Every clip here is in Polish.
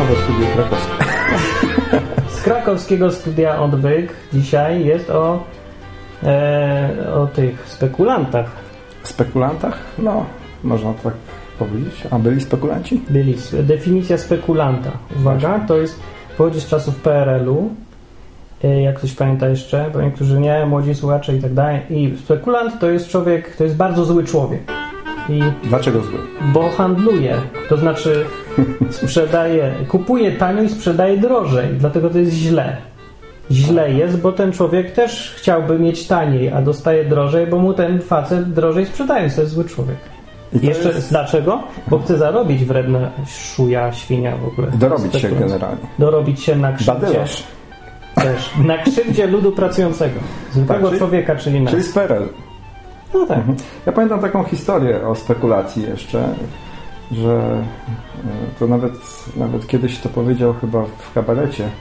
nowe studio krakowskie. Z krakowskiego studia Odwyk dzisiaj jest o tych spekulantach. Spekulantach? No, można tak powiedzieć. A byli spekulanci? Byli. Definicja spekulanta. Uwaga, to jest pochodzi z czasów PRL-u. Jak ktoś pamięta jeszcze, bo niektórzy nie, młodzi słuchacze i tak dalej. I spekulant to jest człowiek, to jest bardzo zły człowiek. I dlaczego zły? bo handluje, to znaczy sprzedaje, kupuje tanio i sprzedaje drożej, dlatego to jest źle. Źle jest, bo ten człowiek też chciałby mieć taniej, a dostaje drożej, bo mu ten facet drożej sprzedaje, to jest zły człowiek. I jeszcze jest... dlaczego? Bo chce zarobić, wredna szuja, świnia w ogóle. Dorobić się generalnie. Dorobić się na krzywdzie. Też. Na krzywdzie ludu pracującego. Zwykłego człowieka, czyli nas. Czyli z PRL. No tak. Ja pamiętam taką historię o spekulacji jeszcze, że to nawet kiedyś to powiedział chyba w kabarecie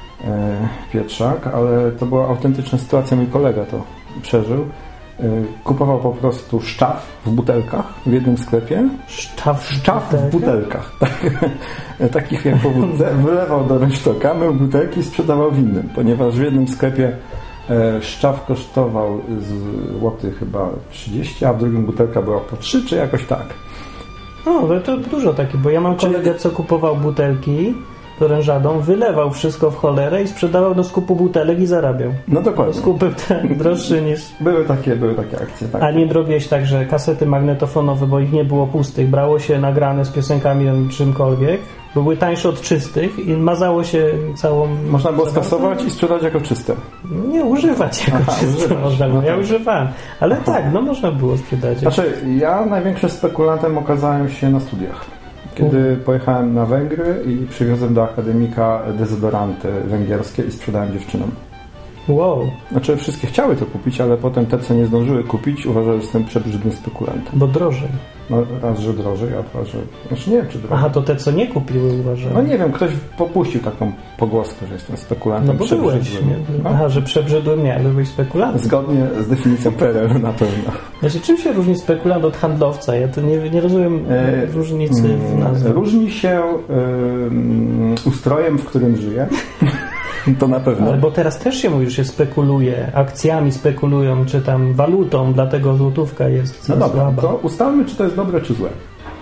Pietrzak, ale to była autentyczna sytuacja, mój kolega to przeżył. Kupował po prostu szczaw w butelkach w jednym sklepie. Szczaw w butelkach. Tak. Takich jak po wódce. Wylewał do rynsztoka, mył butelki i sprzedawał w innym, ponieważ w jednym sklepie szczaw kosztował złoty chyba 30, a w drugim butelka była po 3, czy jakoś tak. No, to dużo takich, bo ja mam kolegę, co kupował butelki orężadą, wylewał wszystko w cholerę i sprzedawał do skupu butelek i zarabiał. No dokładnie. Do skupy droższy niż... Były takie akcje. Tak. A nie robiłeś tak, że kasety magnetofonowe, bo ich nie było pustych, brało się nagrane z piosenkami czymkolwiek, były tańsze od czystych i mazało się całą... Można było skasować i sprzedać jako czyste. Nie, używać jako czyste można było. Ja używałem. Ale tak, można było sprzedać. Znaczy, ja największym spekulantem okazałem się na studiach. Kiedy pojechałem na Węgry i przywiozłem do akademika dezodoranty węgierskie i sprzedałem dziewczynom. Wow. Znaczy wszystkie chciały to kupić, ale potem te, co nie zdążyły kupić, uważały, że jestem przebrzydnym spekulantem. Bo drożej. No raz, że drożej, a dwa, że... Znaczy nie wiem, czy drożej. Aha, to te, co nie kupiły, uważały. No nie wiem, ktoś popuścił taką pogłoskę, że jestem spekulantem. No bo byłeś. Aha, że przebrzydłem nie, ale byłeś spekulantem. Zgodnie z definicją PRL na pewno. Znaczy, czym się różni spekulant od handlowca? Ja to nie rozumiem różnicy w nazwie. Różni się ustrojem, w którym żyje. To na pewno. Ale bo teraz też się mówi, że się spekuluje, akcjami spekulują, czy tam walutą, dlatego złotówka jest słaba. Dobra, to ustalmy, czy to jest dobre, czy złe.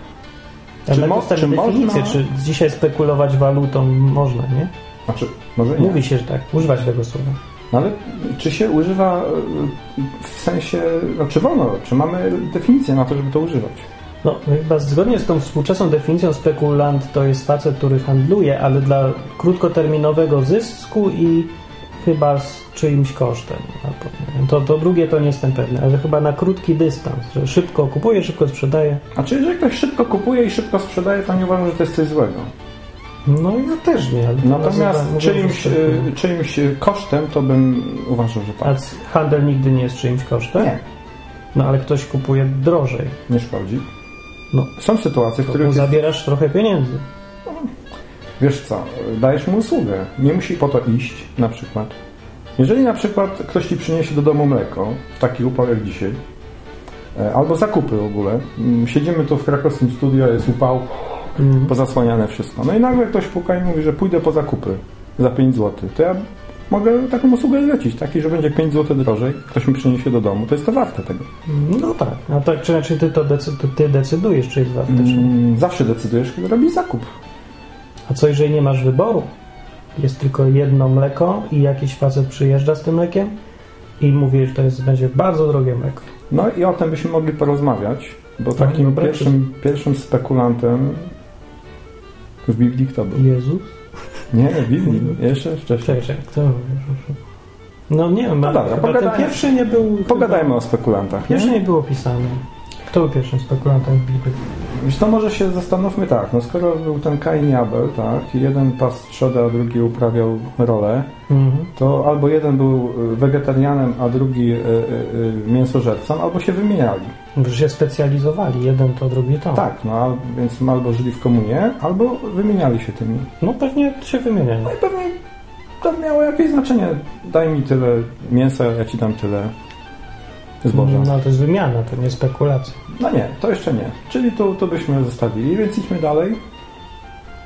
Czy definicję, czy dzisiaj spekulować walutą można, nie? Znaczy, może nie. Mówi się, że tak, używać tego słowa. No ale czy się używa w sensie, czy wolno, czy mamy definicję na to, żeby to używać? No, chyba zgodnie z tą współczesną definicją spekulant to jest facet, który handluje, ale dla krótkoterminowego zysku i chyba z czyimś kosztem. To drugie to nie jestem pewny, ale chyba na krótki dystans, że szybko kupuje, szybko sprzedaje. A czy jeżeli ktoś szybko kupuje i szybko sprzedaje, to nie uważam, że to jest coś złego. No ja też nie. Ale natomiast czyimś kosztem to bym uważał, że tak. A handel nigdy nie jest czyimś kosztem? Nie. No ale ktoś kupuje drożej. Nie szkodzi. No. Są sytuacje, w których... zabierasz trochę pieniędzy. Wiesz co, dajesz mu usługę. Nie musi po to iść, na przykład. Jeżeli na przykład ktoś ci przyniesie do domu mleko, w taki upał jak dzisiaj, albo zakupy w ogóle, siedzimy tu w krakowskim studio, jest upał, pozasłaniane wszystko. No i nagle ktoś puka i mówi, że pójdę po zakupy za 5 zł. To ja mogę taką usługę zlecić, takiej, że będzie 5 zł drożej, ktoś mi przyniesie do domu, to jest to warte tego. No tak, a tak czy inaczej ty decydujesz, czy jest warte, czy nie? Zawsze decydujesz, kiedy robisz zakup. A co jeżeli nie masz wyboru? Jest tylko jedno mleko i jakiś facet przyjeżdża z tym mlekiem i mówi, że to będzie bardzo drogie mleko. No i o tym byśmy mogli porozmawiać, bo takim pierwszym spekulantem w Biblii kto był? Jezus? Nie, w Biblii. Jeszcze wcześniej. Kto? No nie wiem, ten pierwszy nie był... Pogadajmy o spekulantach. Pierwszy nie był opisany. Kto był pierwszym spekulantem w Biblii? Wiesz, to może się zastanówmy tak, no skoro był ten Kain i Abel, tak, i jeden pasł trzodę, a drugi uprawiał rolę, to albo jeden był wegetarianem, a drugi mięsożercą, albo się wymieniali. Że się specjalizowali, jeden to, drugi to. Tak, no więc albo żyli w komunie, albo wymieniali się tymi. No pewnie się wymieniali. No i pewnie to miało jakieś znaczenie. Daj mi tyle mięsa, ja ci dam tyle zboża. No to jest wymiana, to nie spekulacja. No nie, to jeszcze nie. Czyli tu byśmy zostawili, więc idźmy dalej.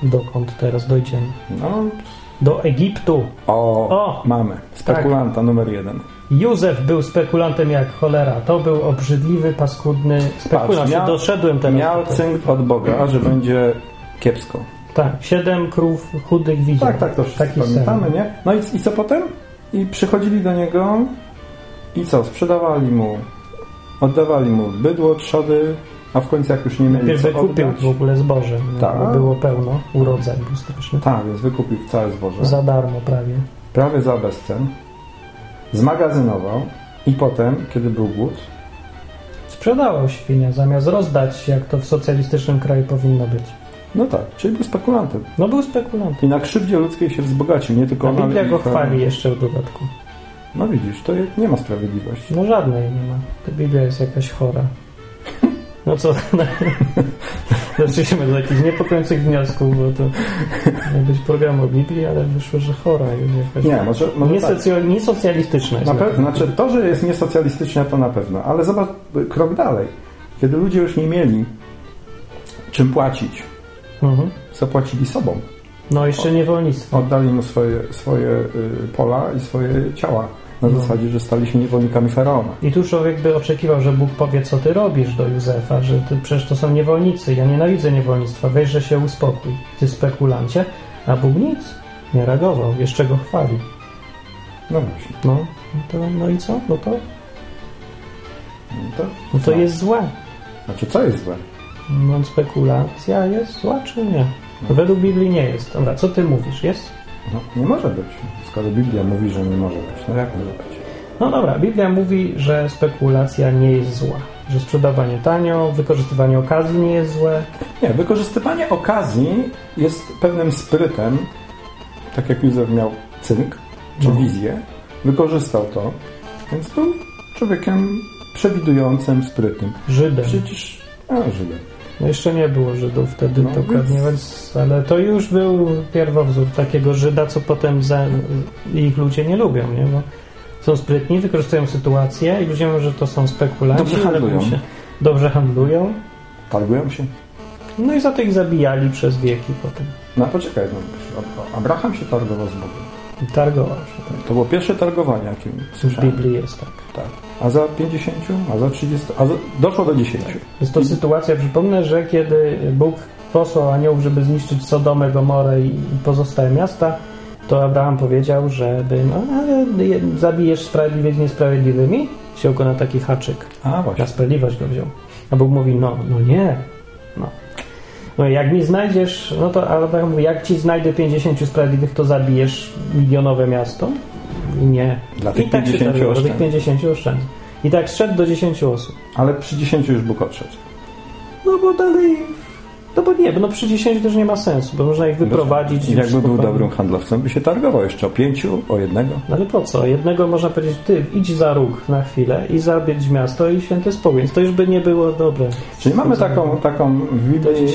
dokąd teraz dojdziemy? No, do Egiptu. Mamy. Spekulanta numer 1. Józef był spekulantem jak cholera. To był obrzydliwy, paskudny spekulant. Doszedłem teraz. Miał cynk od Boga, że będzie kiepsko. Tak, 7 krów chudych widział. Tak, to wszyscy pamiętamy, nie? No i co potem? I przychodzili do niego i co? Sprzedawali mu, oddawali mu bydło, trzody, a w końcu jak już nie mieli co wykupił oddać, w ogóle zboże. Tak. Było pełno, urodzaj był straszny. Tak, więc wykupił całe zboże. Za darmo prawie. Prawie za bezcen. Zmagazynował i potem, kiedy był głód, sprzedawał świnia zamiast rozdać, jak to w socjalistycznym kraju powinno być. No tak, czyli był spekulantem. No był spekulantem. I na krzywdzie ludzkiej się wzbogacił, nie tylko on. A Biblia go chwali jeszcze w dodatku. No widzisz, to nie ma sprawiedliwości. No żadnej nie ma. Ta Biblia jest jakaś chora. No co? Zaczęliśmy do jakichś niepokojących wniosków, bo to miał być program o Biblii, ale wyszło, że chora jest jakaś. Nie, może tak. Niesocjalistyczna jest. Na pewno, znaczy to, że jest niesocjalistyczna, to na pewno, ale zobacz krok dalej. Kiedy ludzie już nie mieli czym płacić, zapłacili sobą. No jeszcze niewolnictwo. Oddali mu swoje pola i swoje ciała. Na zasadzie, że stali się niewolnikami faraona. I tu człowiek by oczekiwał, że Bóg powie, co ty robisz do Józefa, że przecież to są niewolnicy, ja nienawidzę niewolnictwa, weź, że się uspokój, ty spekulancie, a Bóg nic, nie reagował, jeszcze go chwali. No właśnie. No i co? No to jest złe. Znaczy, co jest złe? No spekulacja jest zła, czy nie? Według Biblii nie jest. Dobra, co ty mówisz? Jest? No, nie może być. Skoro Biblia mówi, że nie może być. No jak może być? No dobra, Biblia mówi, że spekulacja nie jest zła. Że sprzedawanie tanio, wykorzystywanie okazji nie jest złe. Nie, wykorzystywanie okazji jest pewnym sprytem. Tak jak Józef miał cynk, czy wizję, wykorzystał to, więc był człowiekiem przewidującym, sprytnym. Żydem. Przecież... Żydem. No jeszcze nie było Żydów wtedy dokładnie, ale to już był pierwowzór takiego Żyda, co potem ich ludzie nie lubią, nie? Bo są sprytni, wykorzystują sytuację i ludzie mówią, że to są spekulanci. Dobrze handlują. Targują się. No i za to ich zabijali przez wieki potem. No poczekaj, Abraham się targował z Bogiem. Targował się, tak. To było pierwsze targowanie, jakim słyszałem. W Biblii jest tak. A za 50, a za 30, doszło do 10. Tak. Jest to sytuacja, przypomnę, że kiedy Bóg posłał aniołów, żeby zniszczyć Sodomę, Gomorę i pozostałe miasta, to Abraham powiedział, żeby ale zabijesz sprawiedliwych z niesprawiedliwymi, wziął go na taki haczyk. Właśnie. Na sprawiedliwość go wziął. A Bóg mówi, nie. No jak mi znajdziesz, no to Abraham mówi, jak ci znajdę 50 sprawiedliwych, to zabijesz milionowe miasto? Nie. Dla tych I tak 50 do tych 50 oszczędzi. I tak szedł do 10 osób. Ale przy 10 już Bóg odszedł. No bo dalej... No bo nie, bo przy 10 też nie ma sensu, bo można ich wyprowadzić. Jakby był dobrym handlowcem, by się targował jeszcze o 5, o 1. No ale po co? Jednego można powiedzieć, ty idź za róg na chwilę i zabić miasto i święty spokój. Więc to już by nie było dobre. Czyli mamy taką w Biblii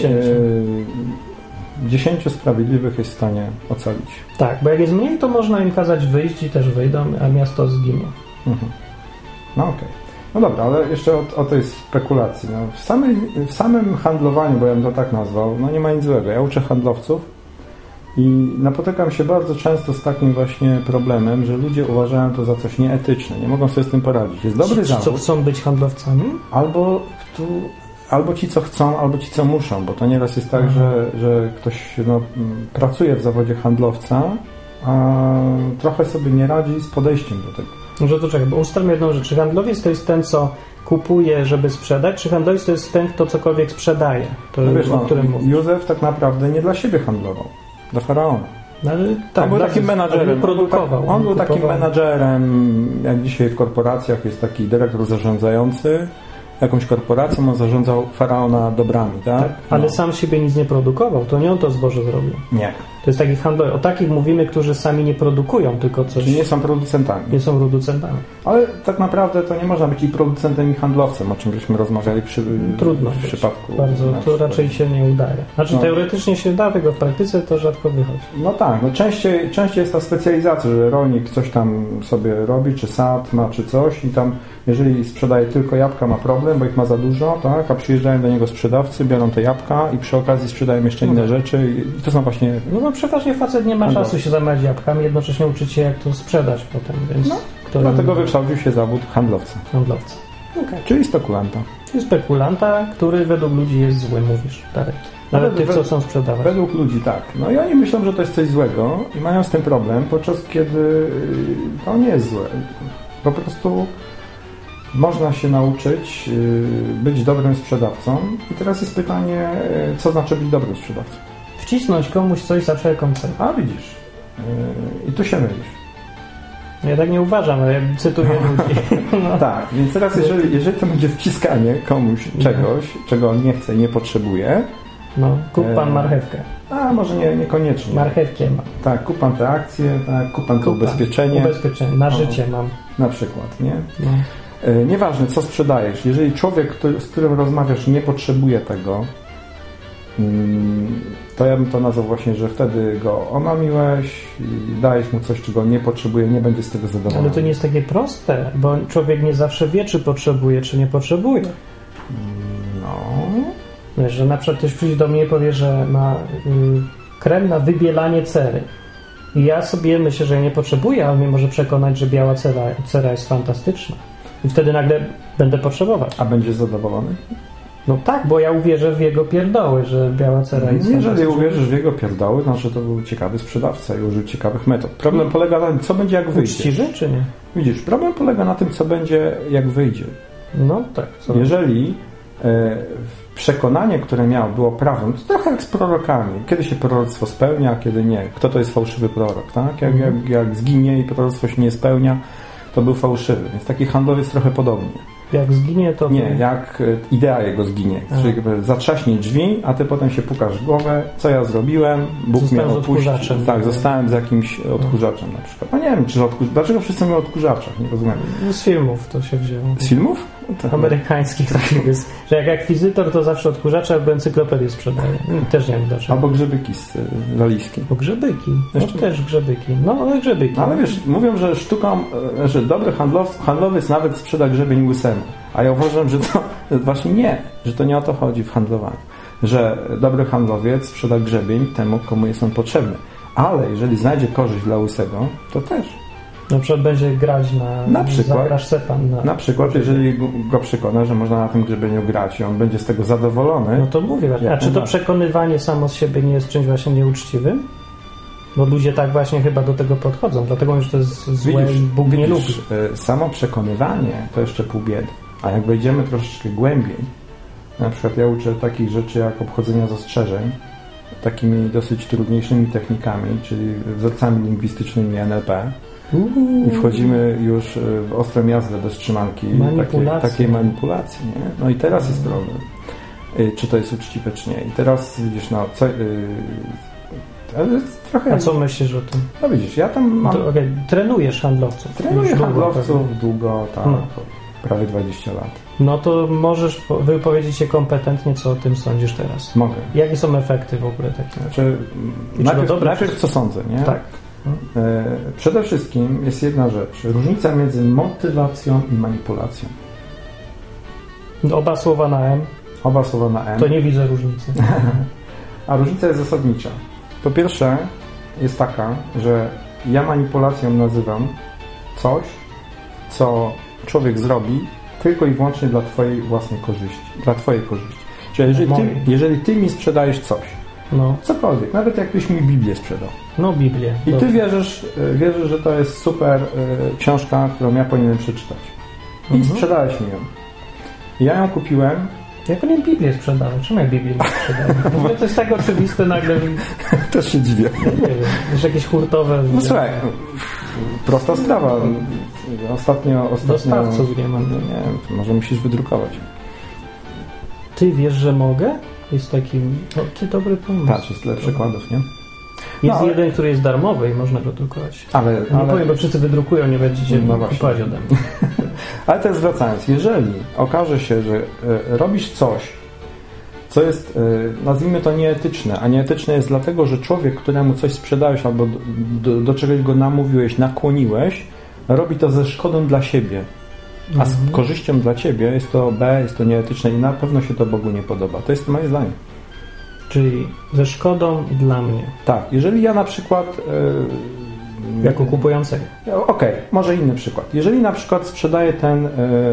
10 sprawiedliwych jest w stanie ocalić. Tak, bo jak jest mniej, to można im kazać wyjść i też wyjdą, a miasto zginie. No okej. No dobra, ale jeszcze o tej spekulacji. No, w samym handlowaniu, bo ja bym to tak nazwał, nie ma nic złego. Ja uczę handlowców i napotykam się bardzo często z takim właśnie problemem, że ludzie uważają to za coś nieetyczne. Nie mogą sobie z tym poradzić. Jest dobry zawód. Co chcą być handlowcami? Albo ci, co chcą, albo ci, co muszą, bo to nieraz jest tak, że ktoś pracuje w zawodzie handlowca, a trochę sobie nie radzi z podejściem do tego. Może to czekaj, bo ustalmy jedną rzecz. Czy handlowiec to jest ten, co kupuje, żeby sprzedać, czy handlowiec to jest ten, kto cokolwiek sprzedaje? To o którym mówisz. Józef tak naprawdę nie dla siebie handlował, dla faraona. Ale tak, on był takim menadżerem. On był takim menadżerem, jak dzisiaj w korporacjach jest taki dyrektor zarządzający jakąś korporacją, on zarządzał faraona dobrami, tak? Ale sam siebie nic nie produkował, to nie on to zboże zrobił. Nie. To jest takich handlowych. O takich mówimy, którzy sami nie produkują, tylko coś... Czyli nie są producentami. Nie są producentami. Ale tak naprawdę to nie można być i producentem, i handlowcem, o czym żeśmy rozmawiali w przypadku. Bardzo, to raczej się nie udaje. Znaczy teoretycznie się da, tego w praktyce to rzadko wychodzi. No tak, częściej jest ta specjalizacja, że rolnik coś tam sobie robi, czy sad ma, czy coś i tam, jeżeli sprzedaje tylko jabłka, ma problem, bo ich ma za dużo, tak, a przyjeżdżają do niego sprzedawcy, biorą te jabłka i przy okazji sprzedają jeszcze inne rzeczy i to są właśnie... No bo przeważnie facet nie ma czasu się zajmować jabłkami, jednocześnie uczyć się, jak to sprzedać potem, więc... Dlatego wykształcił się zawód handlowca. Okay. Czyli spekulanta. Czyli spekulanta, który według ludzi jest zły, mówisz, Darek. Nawet tych, co chcą sprzedawać. Według ludzi, tak. No i oni myślą, że to jest coś złego i mają z tym problem, podczas kiedy to nie jest złe. Po prostu można się nauczyć być dobrym sprzedawcą i teraz jest pytanie, co znaczy być dobrym sprzedawcą? Wcisnąć komuś coś za wszelką cenę. A widzisz. I tu się mylisz. Ja tak nie uważam, ale ja cytuję ludzi. No. Tak, więc teraz jeżeli to będzie wciskanie komuś czegoś, czego on nie chce i nie potrzebuje... No, kup pan marchewkę. A może niekoniecznie. Marchewkę mam. Tak, kup pan te akcje, tak, kup pan to ubezpieczenie. Ubezpieczenie, na życie mam. Na przykład, nie? No. Nieważne, co sprzedajesz. Jeżeli człowiek, z którym rozmawiasz, nie potrzebuje tego, to ja bym to nazwał właśnie, że wtedy go omamiłeś i dajesz mu coś, czego nie potrzebuje, nie będzie z tego zadowolony. Ale to nie jest takie proste, bo człowiek nie zawsze wie, czy potrzebuje, czy nie potrzebuje. No... Wiesz, że na przykład ktoś przyjdzie do mnie i powie, że ma krem na wybielanie cery. I ja sobie myślę, że ja nie potrzebuję, a on mnie może przekonać, że biała cera jest fantastyczna. I wtedy nagle będę potrzebować. A będziesz zadowolony? No tak, bo ja uwierzę w jego pierdoły, że biała cera jest Jeżeli fantastyczna. uwierzysz w jego pierdoły, znaczy że to był ciekawy sprzedawca i użył ciekawych metod. Problem polega na tym, co będzie jak wyjdzie. Uczciwy, czy nie? Widzisz, problem polega na tym, co będzie jak wyjdzie. No tak. Jeżeli przekonanie, które miał, było prawdą, to trochę jak z prorokami. Kiedy się proroctwo spełnia, a kiedy nie. Kto to jest fałszywy prorok, tak? Jak zginie i proroctwo się nie spełnia, to był fałszywy. Więc taki handlowiec trochę podobnie. Jak zginie, to... Nie, jak idea jego zginie. Czyli zatrzaśnij drzwi, a ty potem się pukasz w głowę, co ja zrobiłem, Bóg mnie opuścił. Tak, zostałem z jakimś odkurzaczem na przykład. No nie wiem, dlaczego wszyscy mówią o odkurzaczach, nie rozumiem. Z filmów to się wzięło. Z filmów? Tak. Amerykańskich takich jest, że jak akwizytor to zawsze odkurzacza, albo encyklopedię sprzedaje. Też nie wiem dlaczego. Albo grzebyki lalijskie. Bo grzebyki. No też grzebyki. No ale grzebyki. Ale wiesz, mówią, że sztuką, że dobry handlowiec nawet sprzeda grzebień łysemu. A ja uważam, że to właśnie nie, że to nie o to chodzi w handlowaniu. Że dobry handlowiec sprzeda grzebień temu, komu jest on potrzebny. Ale jeżeli znajdzie korzyść dla łysego, to też. Na przykład będzie grać na przykład, zagrasz sepan. Na przykład, jeżeli go przekona, że można na tym grzebieniu grać i on będzie z tego zadowolony. No to mówię. A czy to przekonywanie samo z siebie nie jest czymś właśnie nieuczciwym? Bo ludzie tak właśnie chyba do tego podchodzą. Dlatego mówię, że to jest złe i Bóg nie lubi. Samo przekonywanie to jeszcze pół biedy. A jak wejdziemy troszeczkę głębiej, na przykład ja uczę takich rzeczy jak obchodzenia zastrzeżeń, takimi dosyć trudniejszymi technikami, czyli wzorcami lingwistycznymi NLP. I wchodzimy już w ostrą jazdę bez trzymanki, takiej manipulacji. Nie? No i teraz jest problem. Czy to jest uczciwe, czy nie. I teraz widzisz, no co... ale trochę... A co myślisz o tym? No widzisz, ja tam mam... Trenujesz handlowców. Trenuję handlowców długo, tak. Prawie 20 lat. No to możesz wypowiedzieć się kompetentnie, co o tym sądzisz teraz. Mogę. Jakie są efekty w ogóle takie? Znaczy, najpierw co sądzę, nie? Tak. Przede wszystkim jest jedna rzecz. Różnica między motywacją i manipulacją. Oba słowa na M. Oba słowa na M. To nie widzę różnicy. A różnica jest zasadnicza. Po pierwsze jest taka, że ja manipulacją nazywam coś, co człowiek zrobi tylko i wyłącznie dla twojej własnej korzyści. Dla twojej korzyści. Czyli jeżeli ty mi sprzedajesz coś, cokolwiek, nawet jakbyś mi Biblię sprzedał. No Biblię. I ty wierzysz, że to jest super książka, którą ja powinienem przeczytać. I sprzedałeś mi ją. Ja ją kupiłem. Ja powinien Biblię sprzedałem. Czemu ja Biblię nie sprzedałem? To jest tak oczywiste nagle. Też się dziwię. Nie wiem, już jakieś hurtowe... No słuchaj, prosta sprawa. Ostatnio dostawców nie mam. Nie, może musisz wydrukować. Ty wiesz, że mogę? Jest taki... ty dobry pomysł. Tak, jest tyle przykładów, nie? Jest jeden, który jest darmowy i można go drukować. Nie powiem, bo wszyscy wydrukują, nie będziecie kupować ode mnie. Ale teraz wracając, jeżeli okaże się, że robisz coś, co jest, nazwijmy to, nieetyczne, a nieetyczne jest dlatego, że człowiek, któremu coś sprzedałeś albo do czegoś go namówiłeś, nakłoniłeś, robi to ze szkodą dla siebie, a z korzyścią dla ciebie jest to jest to nieetyczne i na pewno się to Bogu nie podoba. To jest moje zdanie. Czyli ze szkodą dla mnie. Tak, jeżeli ja na przykład... jako kupującego. Okej, może inny przykład. Jeżeli na przykład sprzedaję ten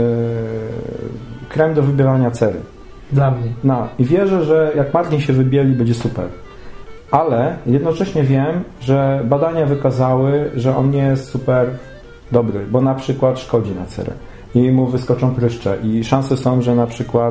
krem do wybierania cery. Dla mnie. I wierzę, że jak Martin się wybieli, będzie super. Ale jednocześnie wiem, że badania wykazały, że on nie jest super dobry, bo na przykład szkodzi na cerę i mu wyskoczą pryszcze i szanse są, że na przykład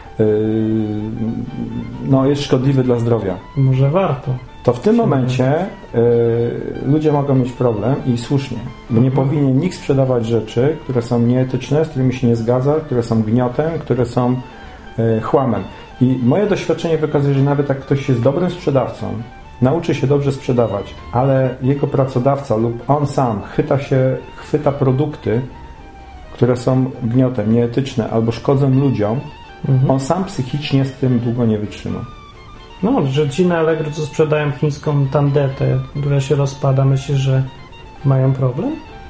jest szkodliwy dla zdrowia. Może warto. To w tym momencie ludzie mogą mieć problem i słusznie, bo nie powinien nikt sprzedawać rzeczy, które są nieetyczne, z którymi się nie zgadza, które są gniotem, które są chłamem. I moje doświadczenie wykazuje, że nawet jak ktoś jest dobrym sprzedawcą, nauczy się dobrze sprzedawać, ale jego pracodawca lub on sam chwyta produkty, które są gniotem, nieetyczne albo szkodzą ludziom, on sam psychicznie z tym długo nie wytrzyma. No, że ci na Allegro, co sprzedają chińską tandetę, która się rozpada, myślisz, że mają problem?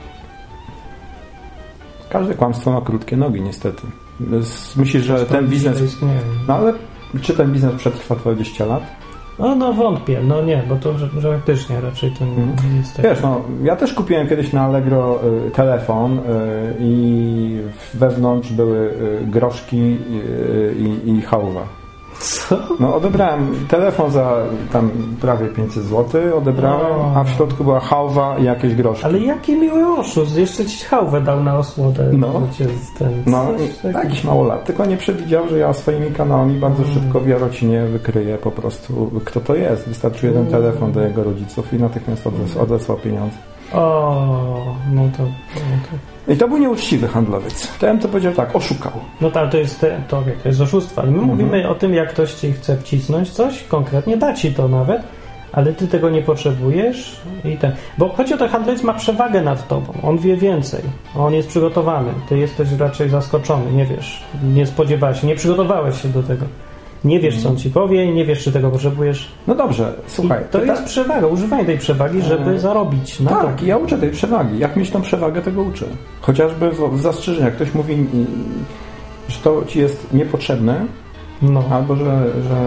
Każde kłamstwo ma krótkie nogi, niestety. Myślisz, że ten biznes... No ale czy ten biznes przetrwa 20 lat? No wątpię. No nie, bo to że faktycznie raczej to nie jest tak. Wiesz, ja też kupiłem kiedyś na Allegro telefon i wewnątrz były groszki i chałwa. Co? Odebrałem telefon za tam prawie 500 zł, a w środku była chałwa i jakieś groszki. Ale jaki miły oszust, jeszcze ci chałwę dał na osłodę. Jakiś małolat, tylko nie przewidział, że ja swoimi kanałami bardzo szybko w Jarocinie wykryję po prostu, kto to jest. Wystarczy jeden telefon do jego rodziców i natychmiast odesłał pieniądze. I to był nieuczciwy handlowiec. To ja bym to powiedział tak, oszukał. No tak, to jest oszustwo. Ale my mówimy o tym, jak ktoś ci chce wcisnąć coś, konkretnie da ci to nawet, ale ty tego nie potrzebujesz bo chodzi o to, handlowiec ma przewagę nad tobą, on wie więcej, on jest przygotowany, ty jesteś raczej zaskoczony, nie wiesz, nie spodziewałeś się, nie przygotowałeś się do tego. Nie wiesz, co on ci powie, nie wiesz, czy tego potrzebujesz. No dobrze, słuchaj. To jest przewaga, używanie tej przewagi, żeby zarobić na to. Tak, ja uczę tej przewagi. Jak mieć tą przewagę, tego uczę. Chociażby w zastrzeżeniach. Ktoś mówi, że to ci jest niepotrzebne, albo że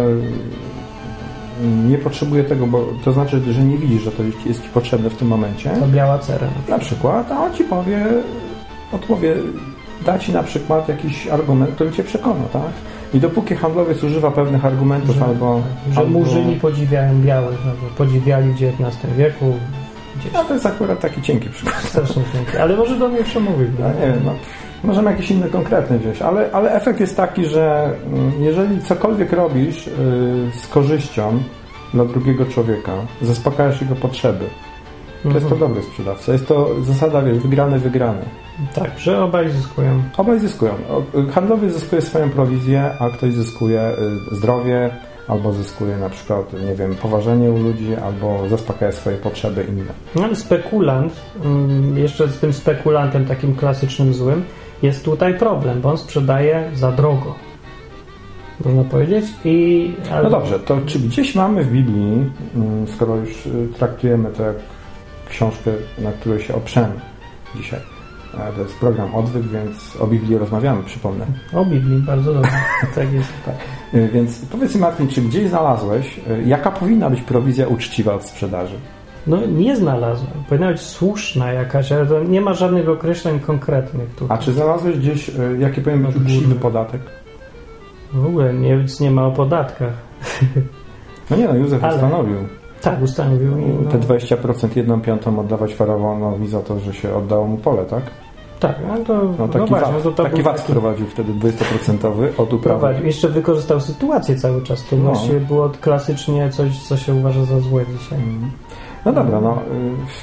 nie potrzebuje tego, bo to znaczy, że nie widzisz, że to jest ci potrzebne w tym momencie. To biała cera. Na przykład, a on ci odpowie, da ci na przykład jakiś argument, który cię przekona, tak? I dopóki handlowiec używa pewnych argumentów że Murzyni podziwiają białych, podziwiali w XIX wieku. A to jest akurat taki cienki przykład. Strasznie cienki, ale może do mnie przemówić. Nie wiem, możemy jakiś inny konkretny wziąć, ale efekt jest taki, że jeżeli cokolwiek robisz z korzyścią dla drugiego człowieka, zaspokajasz jego potrzeby, to jest to dobry sprzedawca. Jest to zasada, wygrany. Tak, że obaj zyskują. Obaj zyskują. Handlowiec zyskuje swoją prowizję, a ktoś zyskuje zdrowie, albo zyskuje na przykład, nie wiem, poważenie u ludzi, albo zaspokaja swoje potrzeby inne. No ale spekulant, jeszcze z tym spekulantem takim klasycznym złym, jest tutaj problem, bo on sprzedaje za drogo. Można powiedzieć. No dobrze, to czy gdzieś mamy w Biblii, skoro już traktujemy to jak książkę, na której się oprzemy dzisiaj. To jest program Odwyk, więc o Biblii rozmawiamy, przypomnę. O Biblii, bardzo dobrze. Tak jest. Tak. Więc powiedz mi, Martin, czy gdzieś znalazłeś, jaka powinna być prowizja uczciwa od sprzedaży? No nie znalazłem. Powinna być słuszna jakaś, ale to nie ma żadnych określeń konkretnych tutaj. A czy znalazłeś gdzieś, jaki powinien być uczciwy podatek? W ogóle nic nie ma o podatkach. No nie, Józef ustanowił. Tak, ustanowił. Te 20%, 1/5 oddawać faraonowi za to, że się oddało mu pole, tak? Tak, taki VAT wprowadził wtedy 20% od uprawy. Jeszcze wykorzystał sytuację cały czas. To właściwie było klasycznie coś, co się uważa za złe dzisiaj. No dobra,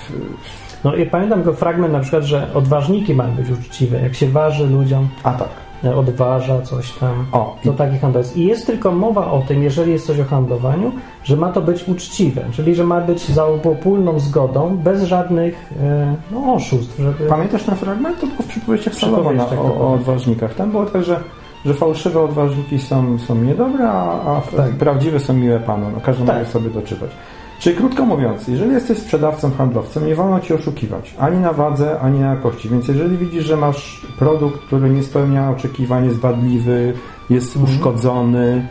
No i pamiętam go fragment na przykład, że odważniki mają być uczciwe, jak się waży ludziom. A tak. odważa coś tam. To taki handel jest. I jest tylko mowa o tym, jeżeli jest coś o handlowaniu, że ma to być uczciwe, czyli że ma być za obopólną zgodą, bez żadnych oszustw. Żeby... Pamiętasz ten fragment? To było w przypowieściach Salomona o odważnikach. Tam było tak, że fałszywe odważniki są niedobre, a prawdziwe są miłe Panu. No, każdy może sobie doczytać. Czyli krótko mówiąc, jeżeli jesteś sprzedawcą, handlowcem, nie wolno Ci oszukiwać. Ani na wadze, ani na jakości. Więc jeżeli widzisz, że masz produkt, który nie spełnia oczekiwań, jest wadliwy, jest uszkodzony,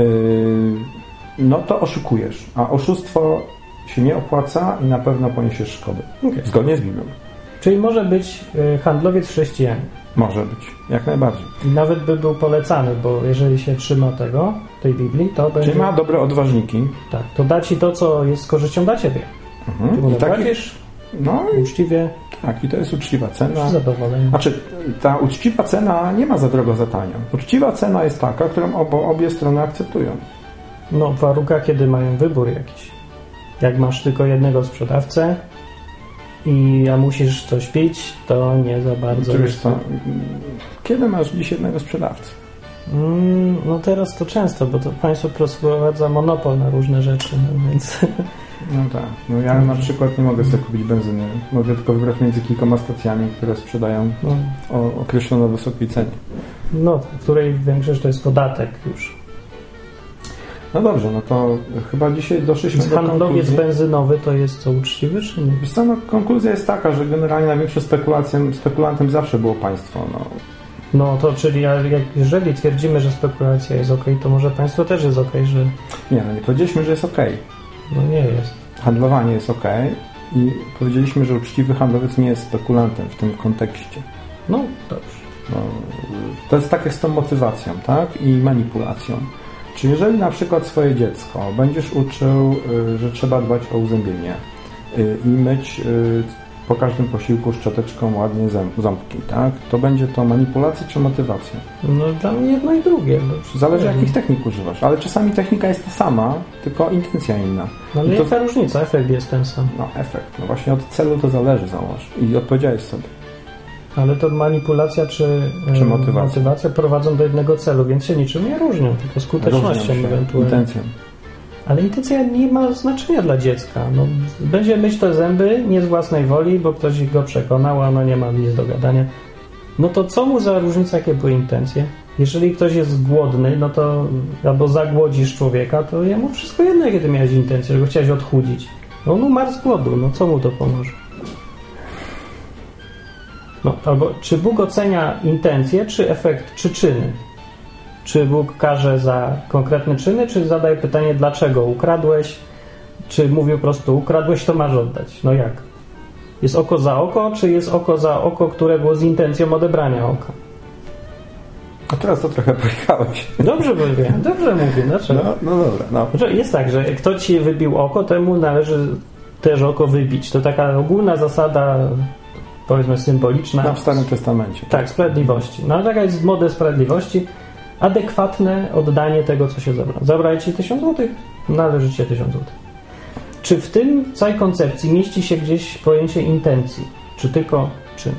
no to oszukujesz. A oszustwo się nie opłaca i na pewno poniesiesz szkody. Okay. Zgodnie z Biblią. Czyli może być handlowiec chrześcijanin. Może być, jak najbardziej. I nawet by był polecany, bo jeżeli się trzyma tej Biblii, to będzie... Czyli ma dobre odważniki. Tak, to da Ci to, co jest z korzyścią dla Ciebie. I płacisz uczciwie. Tak, i to jest uczciwa cena. Zadowolenie. Znaczy, ta uczciwa cena nie ma za drogo, za tanio. Uczciwa cena jest taka, którą obie strony akceptują. No, w warunkach, kiedy mają wybór jakiś. Jak masz tylko jednego sprzedawcę, a musisz coś pić, to nie za bardzo. Wiesz co, kiedy masz dziś jednego sprzedawcę? No teraz to często, bo to państwo prowadza monopol na różne rzeczy, no więc... No tak. No ja na przykład nie mogę sobie kupić benzyny. Mogę tylko wybrać między kilkoma stacjami, które sprzedają o określono wysokiej cenie. No, w której większość to jest podatek już. No dobrze, no to chyba dzisiaj doszliśmy do handlowiec konkluzji. benzynowy to jest co, uczciwy, czy nie? Wiesz co, no, konkluzja jest taka, że generalnie największym spekulantem zawsze było państwo. No to czyli jeżeli twierdzimy, że spekulacja jest okej, to może państwo też jest okej, że... Nie powiedzieliśmy, że jest okej. No nie jest. Handlowanie jest okej i powiedzieliśmy, że uczciwy handlowiec nie jest spekulantem w tym kontekście. No dobrze. To jest tak jak z tą motywacją, tak? I manipulacją. Czy jeżeli na przykład swoje dziecko będziesz uczył, że trzeba dbać o uzębienie i myć po każdym posiłku szczoteczką ładnie ząbki, tak? To będzie to manipulacja czy motywacja? No dla mnie jedno i drugie. Zależy jakich technik używasz, ale czasami technika jest ta sama, tylko intencja inna. No ale jaka różnica? Efekt jest ten sam. No efekt. No właśnie od celu to zależy, zauważ. I odpowiedziałeś sobie. Ale to manipulacja czy motywacja prowadzą do jednego celu, więc się niczym nie różnią, tylko skutecznością ewentualnie. Intencją. Ale intencja nie ma znaczenia dla dziecka. No, będzie myć te zęby nie z własnej woli, bo ktoś go przekonał, a ono nie ma nic do gadania. No to co mu za różnica, jakie były intencje? Jeżeli ktoś jest głodny, no to albo zagłodzisz człowieka, to jemu wszystko jedno, jakie ty miałeś intencje, że go chciałeś odchudzić. No on umarł z głodu, no co mu to pomoże? No, albo czy Bóg ocenia intencje, czy efekt, czy czyny? Czy Bóg karze za konkretne czyny, czy zadaje pytanie, dlaczego ukradłeś? Czy mówił po prostu, ukradłeś, to masz oddać? No jak? Jest oko za oko, czy jest oko za oko, które było z intencją odebrania oka? A teraz to trochę pojechałeś. Dobrze mówię, dlaczego? No dobra. No. Jest tak, że kto ci wybił oko, temu należy też oko wybić. To taka ogólna zasada, powiedzmy symboliczna. W Starym Testamencie. Tak, sprawiedliwości. No taka jest moda sprawiedliwości. Adekwatne oddanie tego, co się zabrało. Zabrali ci 1000 zł, należy ci 1000 zł. Czy w tym całej koncepcji mieści się gdzieś pojęcie intencji? Czy tylko czyn?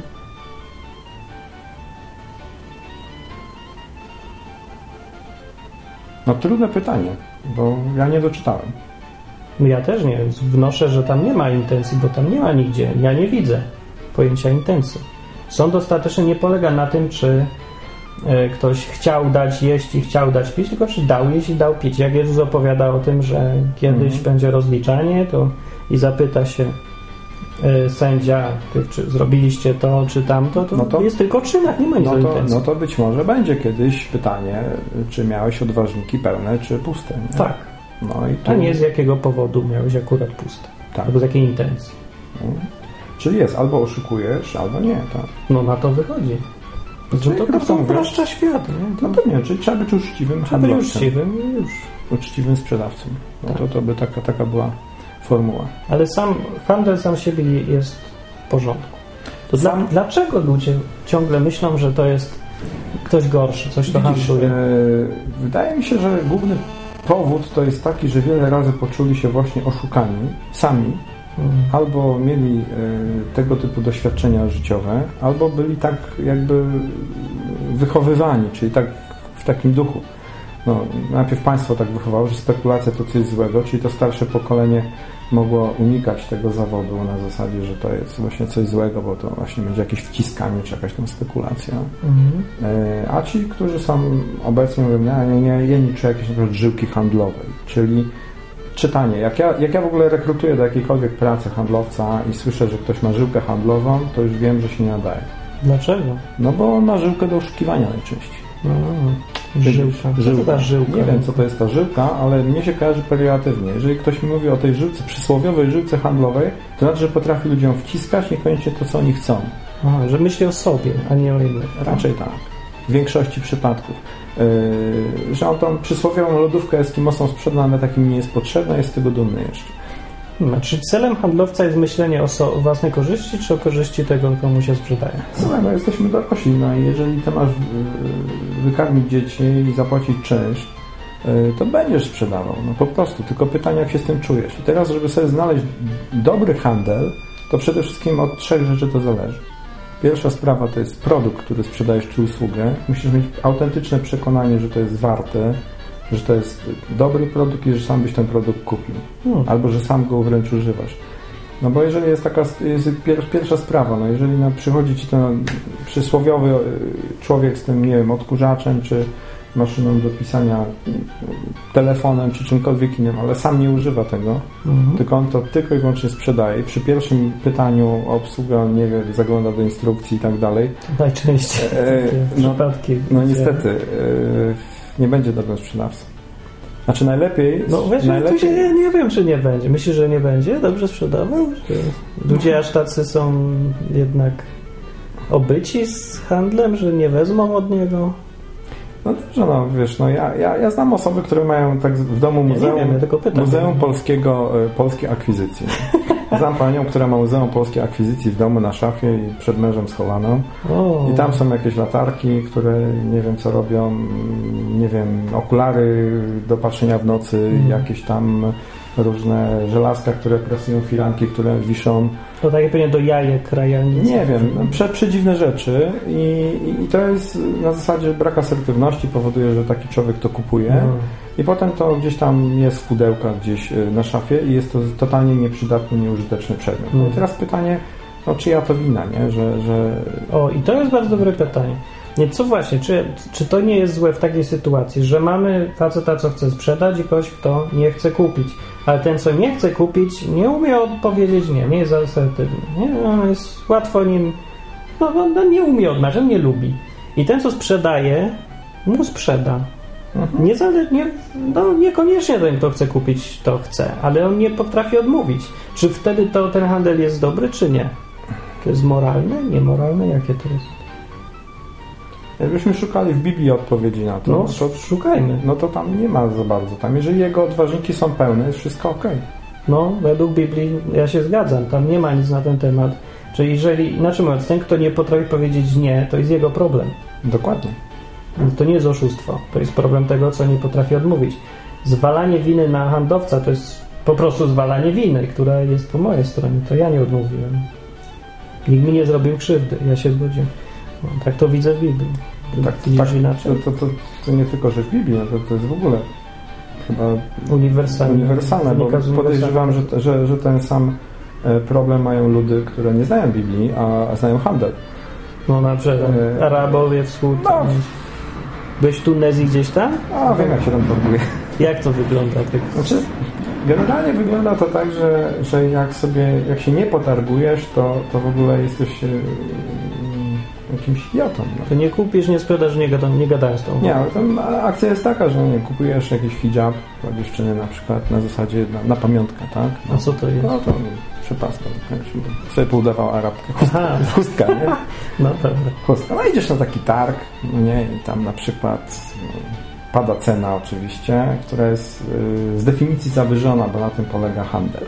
No trudne pytanie, bo ja nie doczytałem. Ja też nie, więc wnoszę, że tam nie ma intencji, bo tam nie ma nigdzie. Ja nie widzę pojęcia intencji. Sąd ostateczny nie polega na tym, czy ktoś chciał dać jeść i chciał dać pić, tylko czy dał jeść i dał pić. Jak Jezus opowiada o tym, że kiedyś będzie rozliczanie, to i zapyta się sędzia, czy zrobiliście to, czy tamto, to jest tylko o czynach, nie ma nic o intencji. No to być może będzie kiedyś pytanie, czy miałeś odważniki pełne, czy puste. Nie? Tak. No i tu... A nie z jakiego powodu miałeś akurat puste. Tak. Albo z jakiej intencji. Czyli jest, albo oszukujesz, albo nie. Tak. No na to wychodzi. Czyli to po prostu upraszcza świat. Nie? No to nie, czyli trzeba być uczciwym handlowcem. Uczciwym i już. Uczciwym sprzedawcą. No tak. to by taka była formuła. Ale handel sam siebie jest w porządku. To dlaczego ludzie ciągle myślą, że to jest ktoś gorszy, coś to handluje? Wydaje mi się, że główny powód to jest taki, że wiele razy poczuli się właśnie oszukani sami Albo mieli tego typu doświadczenia życiowe, albo byli tak jakby wychowywani, czyli tak w takim duchu. No, najpierw państwo tak wychowało, że spekulacja to coś złego, czyli to starsze pokolenie mogło unikać tego zawodu na zasadzie, że to jest właśnie coś złego, bo to właśnie będzie jakieś wciskanie czy jakaś tam spekulacja. A ci, którzy są obecnie, mówią, ja nie czuję jakiejś na przykład żyłki handlowej, czyli czytanie. Jak ja w ogóle rekrutuję do jakiejkolwiek pracy handlowca i słyszę, że ktoś ma żyłkę handlową, to już wiem, że się nie nadaje. Dlaczego? No bo on ma żyłkę do oszukiwania najczęściej. Żyłka. Co to ta żyłka? Nie wiem, co to jest ta żyłka, ale mnie się kojarzy pejoratywnie. Jeżeli ktoś mi mówi o tej żyłce, przysłowiowej żyłce handlowej, to znaczy, że potrafi ludziom wciskać niekoniecznie to, co oni chcą. Aha, że myśli o sobie, a nie o innych. Raczej tak. W większości przypadków. Że on tą przysłowiową lodówkę eskimosom sprzeda, ale takim nie jest potrzebna, jest z tego dumny jeszcze. Czy celem handlowca jest myślenie o własnej korzyści, czy o korzyści tego, komu się sprzedaje? Słuchaj, no jesteśmy dorośli, no i jeżeli ty masz wykarmić dzieci i zapłacić czynsz, to będziesz sprzedawał, no po prostu. Tylko pytanie, jak się z tym czujesz. I teraz, żeby sobie znaleźć dobry handel, to przede wszystkim od 3 rzeczy to zależy. Pierwsza sprawa to jest produkt, który sprzedajesz, czy usługę. Musisz mieć autentyczne przekonanie, że to jest warte, że to jest dobry produkt i że sam byś ten produkt kupił. Albo że sam go wręcz używasz. No bo jeżeli jest pierwsza sprawa, no jeżeli przychodzi ci ten przysłowiowy człowiek z tym, nie wiem, odkurzaczem, czy maszyną do pisania, telefonem, czy czymkolwiek innym, ale sam nie używa tego, tylko on to tylko i wyłącznie sprzedaje. I przy pierwszym pytaniu o obsługę on nie wie, zagląda do instrukcji i tak dalej. Najczęściej przypadki. No niestety, nie będzie dobrym sprzedawcą. Znaczy najlepiej... No wiesz, ja nie wiem, czy nie będzie. Myślisz, że nie będzie dobrze sprzedawał? Ludzie aż tacy są jednak obyci z handlem, że nie wezmą od niego? No dobrze, no wiesz, no ja znam osoby, które mają tak w domu muzeum, ja tylko pytam, muzeum polskiej akwizycji. Znam panią, która ma Muzeum Polskiej Akwizycji w domu na szafie i przed mężem schowaną. I tam są jakieś latarki, które nie wiem co robią, nie wiem, okulary do patrzenia w nocy, jakieś tam różne żelazka, które presują firanki, które wiszą. To takie pewnie do jajek, krajalnicy. Nie wiem, przedziwne rzeczy i to jest na zasadzie brak asertywności powoduje, że taki człowiek to kupuje i potem to gdzieś tam jest w pudełkach gdzieś na szafie i jest to totalnie nieprzydatny, nieużyteczny przedmiot. No i teraz pytanie, no czyja to wina, nie? Że... O, i to jest bardzo dobre pytanie. Nie, co właśnie, czy to nie jest złe w takiej sytuacji, że mamy faceta, co chce sprzedać i kogoś, kto nie chce kupić, ale ten, co nie chce kupić, nie umie odpowiedzieć nie jest asertywny, nie? On jest łatwo nim, no nie umie odmawiać, on nie lubi. I ten, co sprzedaje, mu sprzeda. Niekoniecznie ten, kto chce kupić, to chce, ale on nie potrafi odmówić. Czy wtedy ten handel jest dobry, czy nie? To jest moralne, niemoralne? Jakie to jest? Jakbyśmy szukali w Biblii odpowiedzi na to, to szukajmy. No to tam nie ma za bardzo. Tam, jeżeli jego odważniki są pełne, jest wszystko okej. No, według Biblii ja się zgadzam. Tam nie ma nic na ten temat. Czyli jeżeli, inaczej mówiąc, ten, kto nie potrafi powiedzieć nie, to jest jego problem. Dokładnie. To nie jest oszustwo. To jest problem tego, co nie potrafi odmówić. Zwalanie winy na handlowca to jest po prostu zwalanie winy, która jest po mojej stronie. To ja nie odmówiłem. Nikt mi nie zrobił krzywdy. Ja się zgodziłem. No, tak to widzę w Biblii. Tak, inaczej? To nie tylko, że w Biblii, to jest w ogóle chyba uniwersalne, bo podejrzewam, że ten sam problem mają ludy, które nie znają Biblii, a znają handel. No na przykład Arabowie, Wschód. No. Byłeś w Tunezji gdzieś tam? A wiem, jak się tam targuje. Jak to wygląda? Znaczy, generalnie wygląda to tak, że jak się nie potargujesz, to w ogóle jesteś jakimś idiotą. No. To nie kupisz, nie sprzedasz, nie gadasz z tą. Nie, ale tam akcja jest taka, że nie kupujesz jakiś hijab dla dziewczyny na przykład na zasadzie na pamiątkę, tak? No. A co to jest? No to przepaska. Sobie poudawał Arabkę. Chustka, nie? No dobra. Chustka. No idziesz na taki targ, nie? I tam na przykład pada cena oczywiście, która jest z definicji zawyżona, bo na tym polega handel.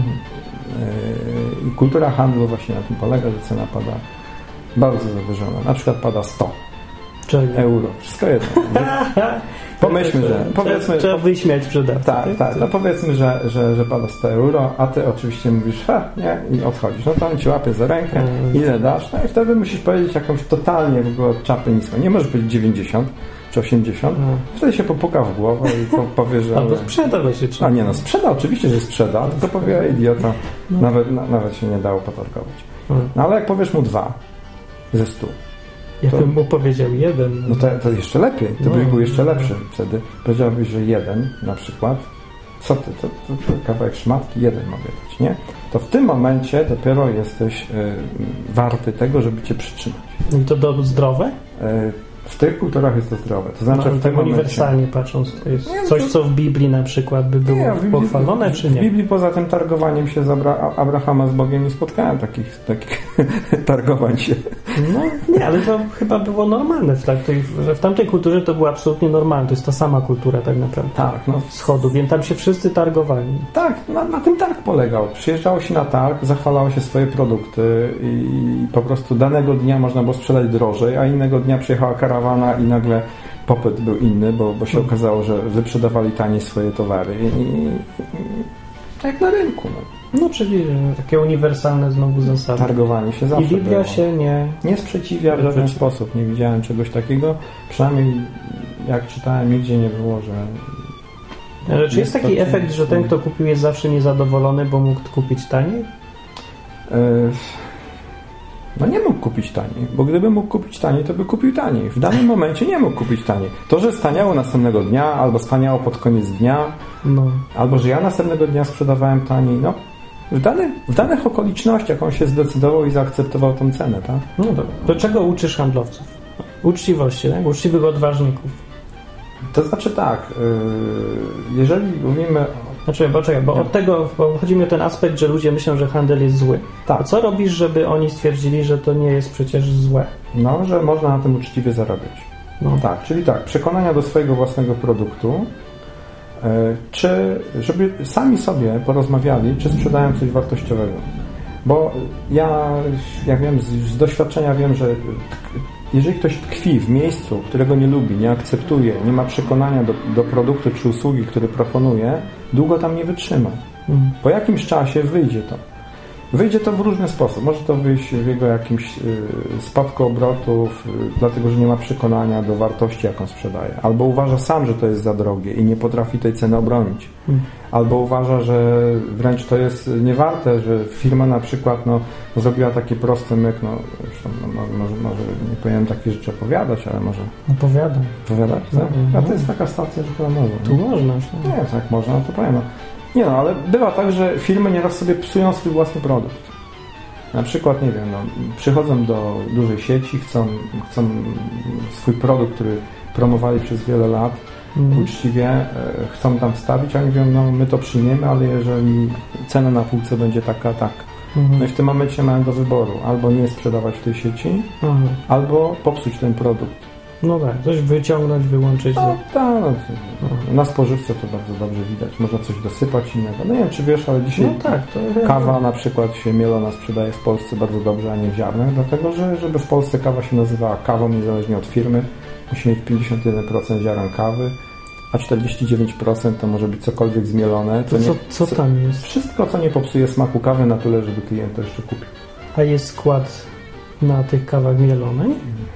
I kultura handlu właśnie na tym polega, że cena pada bardzo zawyżona. Na przykład pada 100. euro. Wszystko jedno. Pomyślmy, że... Powiedzmy, trzeba wyśmiać sprzedawcę. Tak. No powiedzmy, że pada 100 euro, a ty oczywiście mówisz, nie, i odchodzisz. No to on ci łapie za rękę, ile dasz, no i wtedy musisz powiedzieć jakąś totalnie w ogóle od czapy niską. Nie możesz powiedzieć 90 czy 80, wtedy się popuka w głowę i powie, że... Albo sprzeda się trzeba. A nie, no sprzeda, oczywiście, że sprzeda, tylko powie, idiota, nawet się nie dało potargować. No ale jak powiesz mu 2 ze 100, ja bym mu powiedział 1. No to jeszcze lepiej, to byś był jeszcze lepszy wtedy. Powiedziałbyś, że 1 na przykład, co ty, to kawałek szmatki, 1 mogę dać, nie? To w tym momencie dopiero jesteś warty tego, żeby cię przytrzymać. I to zdrowe? W tych kulturach jest to zdrowe. To znaczy w tym uniwersalnie patrząc, to jest coś, co w Biblii na przykład by było pochwalone, czy nie? W Biblii poza tym targowaniem się z Abrahama z Bogiem nie spotkałem takich targowań się. No nie, ale to chyba było normalne, że w tamtej kulturze to było absolutnie normalne. To jest ta sama kultura tak naprawdę. Tak, no. Wschodu, więc tam się wszyscy targowali. Tak, na tym targ polegał. Przyjeżdżało się na targ, zachwalało się swoje produkty i po prostu danego dnia można było sprzedać drożej, a innego dnia przyjechała karawana i nagle popyt był inny, bo się okazało, że wyprzedawali taniej swoje towary i jak na rynku. No czyli takie uniwersalne znowu zasady. Targowanie się zawsze I Biblia było. się nie sprzeciwia w żaden sposób. Nie widziałem czegoś takiego. Przynajmniej jak czytałem, nigdzie nie było, że... Ale czy jest taki efekt, że ten, kto kupił, jest zawsze niezadowolony, bo mógł kupić taniej? No nie mógł kupić taniej, bo gdyby mógł kupić taniej, to by kupił taniej. W danym momencie nie mógł kupić taniej. To, że staniało następnego dnia, albo staniało pod koniec dnia, albo że ja następnego dnia sprzedawałem taniej, no w danych okolicznościach on się zdecydował i zaakceptował tą cenę, tak? No dobra. Do czego uczysz handlowców? Uczciwości, tak? Uczciwych odważników. To znaczy tak, jeżeli mówimy... Poczekaj, bo od tego chodzi mi o ten aspekt, że ludzie myślą, że handel jest zły. Tak. A co robisz, żeby oni stwierdzili, że to nie jest przecież złe? No, że można na tym uczciwie zarabiać. No. Tak, czyli tak, przekonania do swojego własnego produktu, czy żeby sami sobie porozmawiali, czy sprzedają coś wartościowego. Bo ja wiem, z doświadczenia wiem, że jeżeli ktoś tkwi w miejscu, którego nie lubi, nie akceptuje, nie ma przekonania do produktu czy usługi, który proponuje, długo tam nie wytrzyma. Po jakimś czasie wyjdzie to. Wyjdzie to w różny sposób. Może to wyjść w jego jakimś spadku obrotów, dlatego że nie ma przekonania do wartości, jaką sprzedaje. Albo uważa sam, że to jest za drogie i nie potrafi tej ceny obronić. Albo uważa, że wręcz to jest niewarte, że firma na przykład zrobiła taki prosty myk, zresztą, może nie powinienem takie rzeczy opowiadać, ale może... Opowiadam. Opowiadać? A to jest taka stacja, że chyba można. Tu można. Nie, tak można, to powiem. Nie ale bywa tak, że firmy nieraz sobie psują swój własny produkt. Na przykład, nie wiem, przychodzą do dużej sieci, chcą swój produkt, który promowali przez wiele lat, uczciwie, chcą tam wstawić, a oni mówią, my to przyjmiemy, ale jeżeli cena na półce będzie taka. No i w tym momencie mają do wyboru albo nie sprzedawać w tej sieci, albo popsuć ten produkt. No tak, coś wyciągnąć, wyłączyć. Na spożywce to bardzo dobrze widać. Można coś dosypać innego. No nie wiem, czy wiesz, ale dzisiaj kawa na przykład się mielona sprzedaje w Polsce bardzo dobrze, a nie w ziarnach, dlatego że żeby w Polsce kawa się nazywała kawą niezależnie od firmy, musi mieć 51% ziaren kawy, a 49% to może być cokolwiek zmielone. Co tam jest? Wszystko, co nie popsuje smaku kawy na tyle, żeby klient to jeszcze kupił. A jest skład na tych kawach mielonej?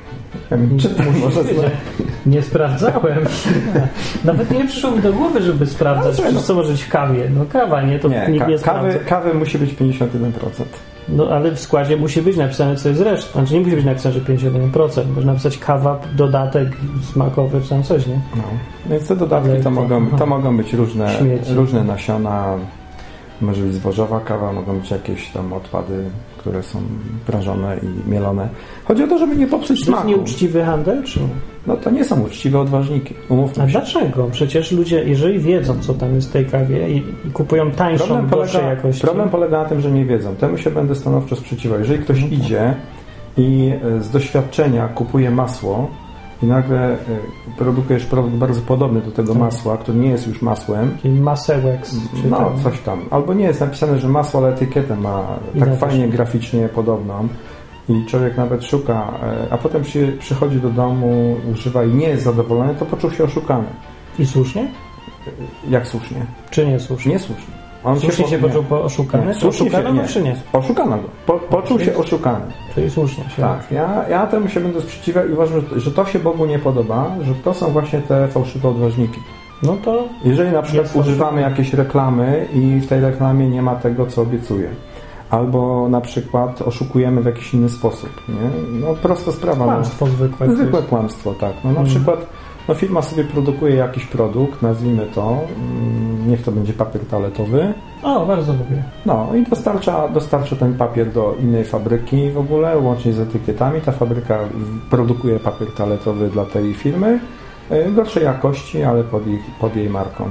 Nie sprawdzałem. Nawet nie przyszło mi do głowy, żeby sprawdzać, co może być w kawie. Kawa, nie? To nikt nie sprawdza. Kawy musi być 51%. Ale w składzie musi być napisane, co jest reszta. Znaczy nie musi być napisane, że 51%. Można napisać kawa, dodatek smakowy, czy tam coś, nie? Więc te dodatki to mogą być różne nasiona. Może być zbożowa kawa, mogą być jakieś tam odpady, które są prażone i mielone. Chodzi o to, żeby nie popsuć smaku. To jest nieuczciwy handel, czy? To nie są uczciwe odważniki. Umówmy się. Dlaczego? Przecież ludzie, jeżeli wiedzą, co tam jest w tej kawie i kupują tańszą, gorszej jakości. Problem polega na tym, że nie wiedzą. Temu się będę stanowczo sprzeciwiał. Jeżeli ktoś idzie i z doświadczenia kupuje masło i nagle produkujesz produkt bardzo podobny do tego masła, który nie jest już masłem. Czyli Masełex. Coś tam. Albo nie jest napisane, że masło, ale etykietę ma tak fajnie graficznie podobną. i człowiek nawet szuka, a potem przychodzi do domu, używa i nie jest zadowolony, to poczuł się oszukany. I słusznie? Jak słusznie? Czy niesłusznie? Niesłusznie. On słusznie się poczuł oszukany? Nie, słusznie oszukano się, czy nie? Oszukano go. Poczuł się oszukany. Czyli słusznie się. Tak. Ja temu się będę sprzeciwiał i uważam, że to się Bogu nie podoba, że to są właśnie te fałszywe odważniki. No to... Jeżeli na przykład używamy jakiejś reklamy i w tej reklamie nie ma tego, co obiecuje. Albo na przykład oszukujemy w jakiś inny sposób. Nie? No prosta sprawa. Kłamstwo zwykłe. Zwykłe kłamstwo, tak. No, na przykład firma sobie produkuje jakiś produkt, nazwijmy to, niech to będzie papier toaletowy. O, bardzo lubię. No i dostarcza ten papier do innej fabryki w ogóle, łącznie z etykietami. Ta fabryka produkuje papier toaletowy dla tej firmy, gorszej jakości, ale pod jej marką.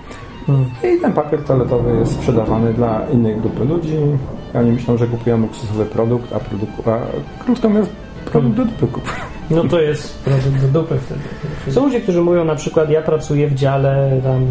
I ten papier toaletowy jest sprzedawany dla innej grupy ludzi. Oni myślą, że kupują luksusowy produkt, a krótko mówiąc, produkt do dupy kupują. No to jest produkt do dupy wtedy. Są ludzie, którzy mówią na przykład, ja pracuję w dziale tam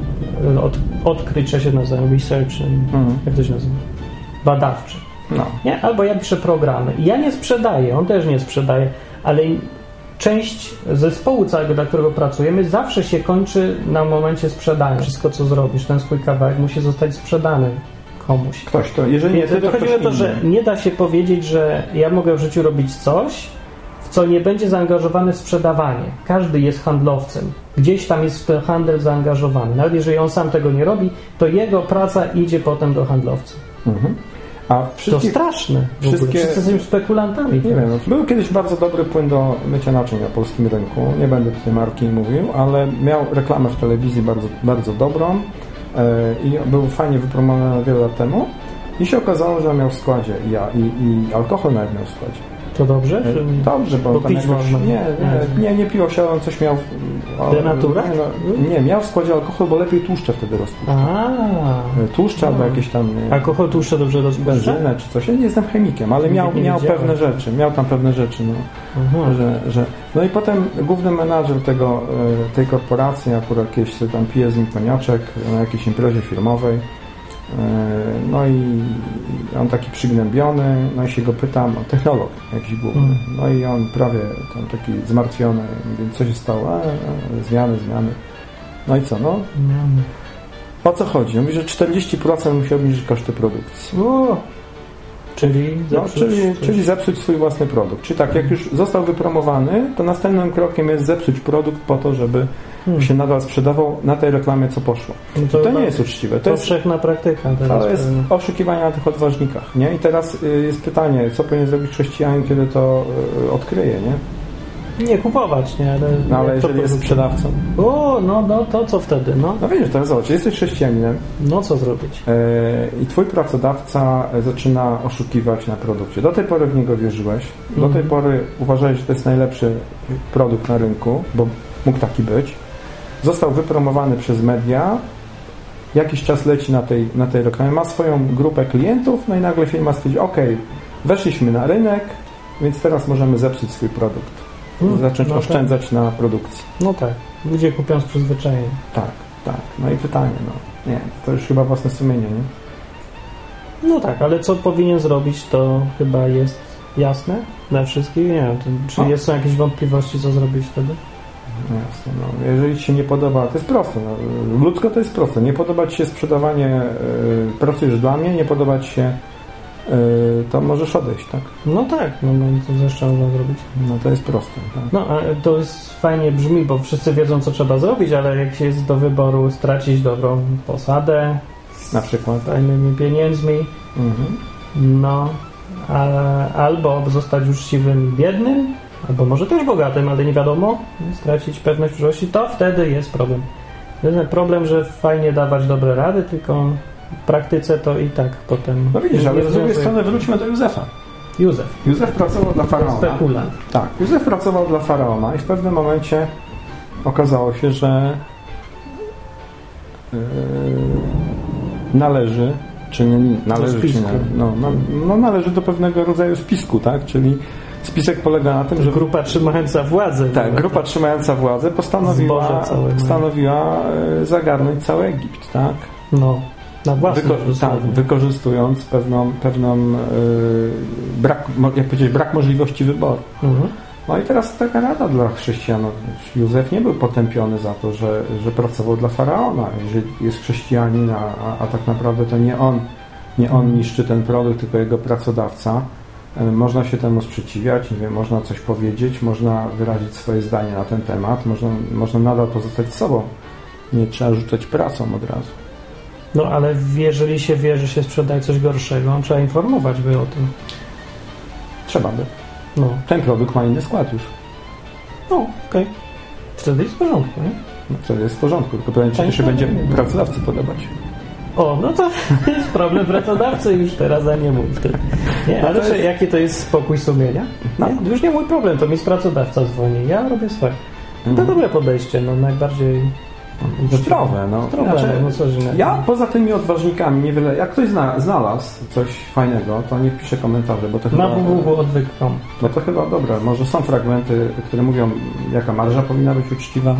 odkryć, się nazywa, research, jak to się nazywa? Badawczy. No. Nie? Albo ja piszę programy. I ja nie sprzedaję, on też nie sprzedaje, ale część zespołu całego, dla którego pracujemy, zawsze się kończy na momencie sprzedania. Wszystko, co zrobisz, ten swój kawałek musi zostać sprzedany komuś. Ktoś to, jeżeli nie ty, to chodzi o to, że nie da się powiedzieć, że ja mogę w życiu robić coś, w co nie będzie zaangażowany w sprzedawanie. Każdy jest handlowcem. Gdzieś tam jest w ten handel zaangażowany. Nawet jeżeli on sam tego nie robi, to jego praca idzie potem do handlowca. A to straszne. Wszyscy jesteśmy spekulantami. Nie wiem, był kiedyś bardzo dobry płyn do mycia naczyń na polskim rynku. Nie będę tutaj marki mówił, ale miał reklamę w telewizji bardzo, bardzo dobrą i był fajnie wypromowany wiele lat temu. I się okazało, że miał w składzie i alkohol nawet miał w składzie. To dobrze? Dobrze, bo pić można. Nie piło się, on coś miał... Denaturę? Nie, miał w składzie alkohol, bo lepiej tłuszcze wtedy rozpuszcza. Tłuszcze albo jakieś tam... Alkohol tłuszcze dobrze rozpuszcza? Benzynę czy coś. Ja nie jestem chemikiem, ale miał pewne rzeczy. Miał tam pewne rzeczy, że... No i potem główny menadżer tej korporacji, akurat kiedyś sobie tam pije z nim koniaczek na jakiejś imprezie firmowej. No i on taki przygnębiony, no i się go pytam, technolog jakiś główny, no i on prawie tam taki zmartwiony, mówi, co się stało? Zmiany. No i co, o co chodzi? On mówi, że 40% musi obniżyć koszty produkcji. Czyli zepsuć swój własny produkt. Czyli tak, jak już został wypromowany, to następnym krokiem jest zepsuć produkt po to, żeby się nadal sprzedawał na tej reklamie, co poszło. To nie jest uczciwe. To jest powszechna praktyka. To jest oszukiwanie na tych odważnikach. Nie? I teraz jest pytanie, co powinien zrobić chrześcijanin, kiedy to odkryje, nie? Nie kupować, nie? Ale jeżeli jest sprzedawcą. To co wtedy? No wiesz, teraz zobacz, jesteś chrześcijaninem. No co zrobić? I twój pracodawca zaczyna oszukiwać na produkcie. Do tej pory w niego wierzyłeś. Do tej pory uważałeś, że to jest najlepszy produkt na rynku, bo mógł taki być. Został wypromowany przez media. Jakiś czas leci na tej reklamie. Ma swoją grupę klientów, no i nagle firma stwierdzi, weszliśmy na rynek, więc teraz możemy zepsuć swój produkt. Zacząć oszczędzać na produkcji. No tak. Ludzie kupią z przyzwyczajenia. Tak. No i pytanie, to już chyba własne sumienie, nie? No tak, ale co powinien zrobić, to chyba jest jasne dla wszystkich. Nie wiem, czy są jakieś wątpliwości, co zrobić wtedy? No jasne, jeżeli Ci się nie podoba, to jest proste. Ludzko to jest proste. Nie podoba Ci się sprzedawanie, pracujesz dla mnie, nie podoba Ci się, to możesz odejść, tak? No tak, to zresztą można zrobić. No to jest proste, tak? No, a to jest fajnie brzmi, bo wszyscy wiedzą, co trzeba zrobić, ale jak się jest do wyboru stracić dobrą posadę, na przykład fajnymi pieniędzmi, albo zostać uczciwym i biednym, albo może też bogatym, ale nie wiadomo, stracić pewność przyszłości, to wtedy jest problem. Jest problem, że fajnie dawać dobre rady, tylko w praktyce to i tak potem... No widzisz, ale z drugiej strony wróćmy do Józefa. Józef pracował dla Faraona. Spekulant. Tak, Józef pracował dla Faraona i w pewnym momencie okazało się, że należy, czy nie należy, należy do pewnego rodzaju spisku, tak? Czyli spisek polega na tym, że grupa trzymająca władzę. Tak, grupa trzymająca władzę postanowiła zagarnąć cały Egipt, tak? Na własność wykorzystując pewną brak możliwości wyboru. No i teraz taka rada dla chrześcijan. Józef nie był potępiony za to, że pracował dla faraona, że jest chrześcijanin, a tak naprawdę to nie on niszczy ten produkt, tylko jego pracodawca. Można się temu sprzeciwiać, nie wiem, można coś powiedzieć, można wyrazić swoje zdanie na ten temat, można nadal pozostać sobą. Nie trzeba rzucać pracą od razu. No ale jeżeli się wie, że się sprzedaje coś gorszego, trzeba informować by o tym. Trzeba by. No. Ten produkt ma inny skład już. No, okej. Wtedy jest w porządku, nie? No, wtedy jest w porządku, tylko pytanie, czy to się będzie pracodawcy podobać. O, no to jest problem pracodawcy już teraz, a nie mój. Nie, ale jest... jaki to jest spokój sumienia? No. Nie? Już nie mój problem, to mi z pracodawca dzwoni, ja robię swoje. To dobre podejście, no najbardziej... Zdrowe, no. Ja poza tymi odważnikami niewiele... Jak ktoś znalazł coś fajnego, to niech pisze komentarze, bo to chyba... Na www.odwyk.com. No to chyba dobra, może są fragmenty, które mówią, jaka marża powinna być uczciwa.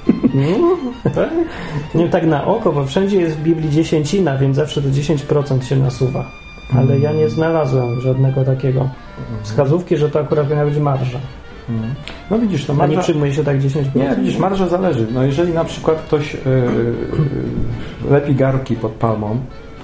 Tak? Nie tak na oko, bo wszędzie jest w Biblii dziesięcina, więc zawsze to 10% się nasuwa. Ale ja nie znalazłem żadnego takiego wskazówki, że to akurat powinna być marża. No widzisz, no marża... A nie przyjmuje się tak 10%? Nie, widzisz, marża zależy. No jeżeli na przykład ktoś lepi garki pod palmą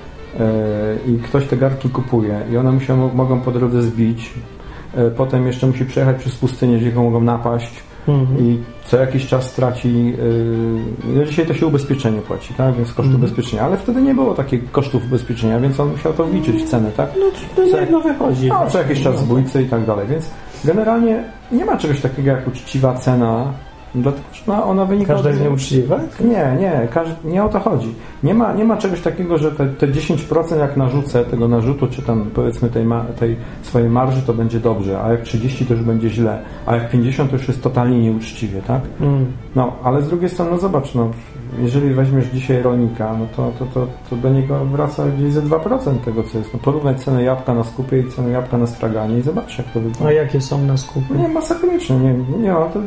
i ktoś te garki kupuje i one mogą po drodze zbić, potem jeszcze musi przejechać przez pustynię, gdzie go mogą napaść i co jakiś czas straci, dzisiaj to się ubezpieczenie płaci, tak? Więc koszt ubezpieczenia, ale wtedy nie było takich kosztów ubezpieczenia, więc on musiał to wliczyć w cenę, tak? No to wychodzi. No, co jakiś czas zbójcy i tak dalej, więc generalnie nie ma czegoś takiego jak uczciwa cena, dlatego że ona wynika... Każda jest nieuczciwa? Nie o to chodzi. Nie ma czegoś takiego, że te 10% jak narzucę tego narzutu, czy tam powiedzmy tej swojej marży, to będzie dobrze, a jak 30 to już będzie źle, a jak 50 to już jest totalnie nieuczciwie, tak? No, ale z drugiej strony, no zobacz, no, jeżeli weźmiesz dzisiaj rolnika, no to do niego wraca gdzieś ze 2% tego, co jest. No, porównaj cenę jabłka na skupie i cenę jabłka na straganie i zobacz, jak to wygląda. A jakie są na skupie? Nie, masakrycznie. Nie, to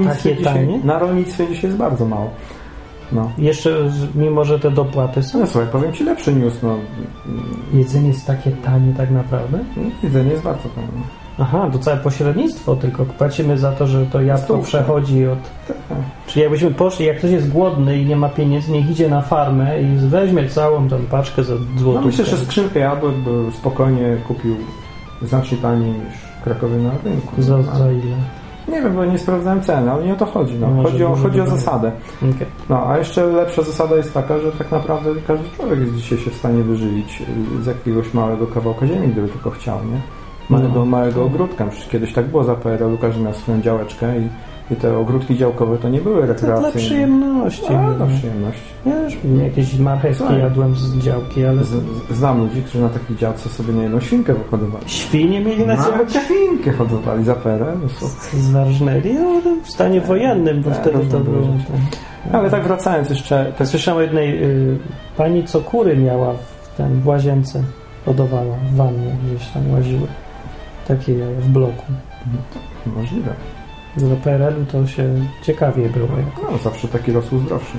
na rolnictwie dzisiaj jest bardzo mało. No. Jeszcze mimo, że te dopłaty są? No słuchaj, powiem Ci lepszy news. No. Jedzenie jest takie tanie tak naprawdę? Jedzenie jest bardzo tanie. Aha, to całe pośrednictwo, tylko płacimy za to, że to jabłko przechodzi od... Czyli jakbyśmy poszli, jak ktoś jest głodny i nie ma pieniędzy, niech idzie na farmę i weźmie całą tą paczkę za złotówkę. No myślę, że skrzynkę jabłek by spokojnie kupił znacznie taniej niż w Krakowie na rynku. Za ile? Nie wiem, bo nie sprawdzałem ceny, ale nie o to chodzi. No. Chodzi o zasadę. Okay. No, a jeszcze lepsza zasada jest taka, że tak naprawdę każdy człowiek jest dzisiaj się w stanie wyżywić z jakiegoś małego kawałka ziemi, gdyby tylko chciał, nie? Małego ogródka. Przecież kiedyś tak było za PRL-u, każdy miał swoją działeczkę i te ogródki działkowe to nie były rekreacyjne. To dla przyjemności. Dla przyjemności. Ja już jakieś marchewki jadłem z działki, ale... Znam ludzi, którzy na takiej działce sobie nie jedną świnkę wyhodowali. Świnie mieli na działce? Świnkę hodowali za PRL-u. Zarżnęli w stanie wojennym, bo wtedy to było... Ale tak wracając jeszcze... Słyszałem o jednej pani, co kury miała w łazience. Hodowała w wannie, gdzieś tam łaziły. Takie w bloku. Możliwe. Dla PRL-u to się ciekawie było. No, zawsze taki rosół zdrowszy.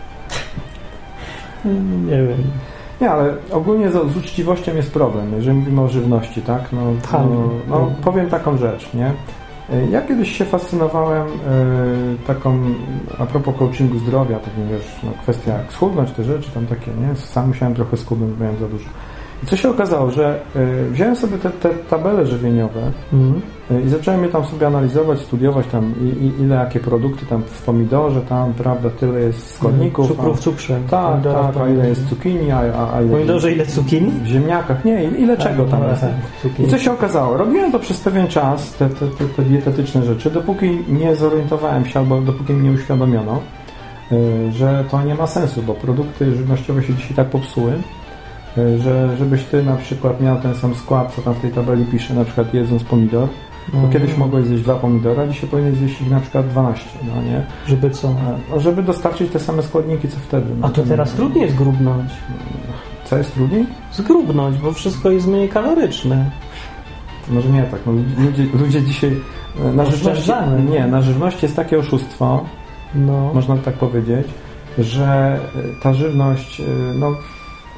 Nie wiem. Nie, ale ogólnie z uczciwością jest problem, jeżeli mówimy o żywności, tak? Powiem taką rzecz, nie? Ja kiedyś się fascynowałem taką, a propos coachingu zdrowia, tak nie wiesz, kwestia jak schudnąć, te rzeczy tam takie, nie? Sam musiałem trochę schudnąć, miałem za dużo. I co się okazało, że wziąłem sobie te tabele żywieniowe i zacząłem je tam sobie analizować, studiować tam ile jakie produkty tam w pomidorze, tam prawda, tyle jest składników. Cukru w cukrze. Tak, a ile jest cukinii, a ile... W pomidorze ile cukinii? W ziemniakach, nie, ile czego tam jest. I co się okazało? Robiłem to przez pewien czas, te dietetyczne rzeczy, dopóki nie zorientowałem się, albo dopóki mi nie uświadomiono, że to nie ma sensu, bo produkty żywnościowe się dzisiaj tak popsuły, żebyś ty na przykład miał ten sam skład, co tam w tej tabeli pisze, na przykład jedząc pomidor, bo kiedyś mogłeś zjeść 2 pomidory, a dzisiaj powinieneś zjeść ich na przykład 12, no nie? Żeby co? Żeby dostarczyć te same składniki, co wtedy. A to teraz trudniej zgrubnąć. Co jest trudniej? Zgrubnąć, bo wszystko jest mniej kaloryczne. Może nie tak, no, ludzie dzisiaj na żywności jest takie oszustwo, można tak powiedzieć, że ta żywność,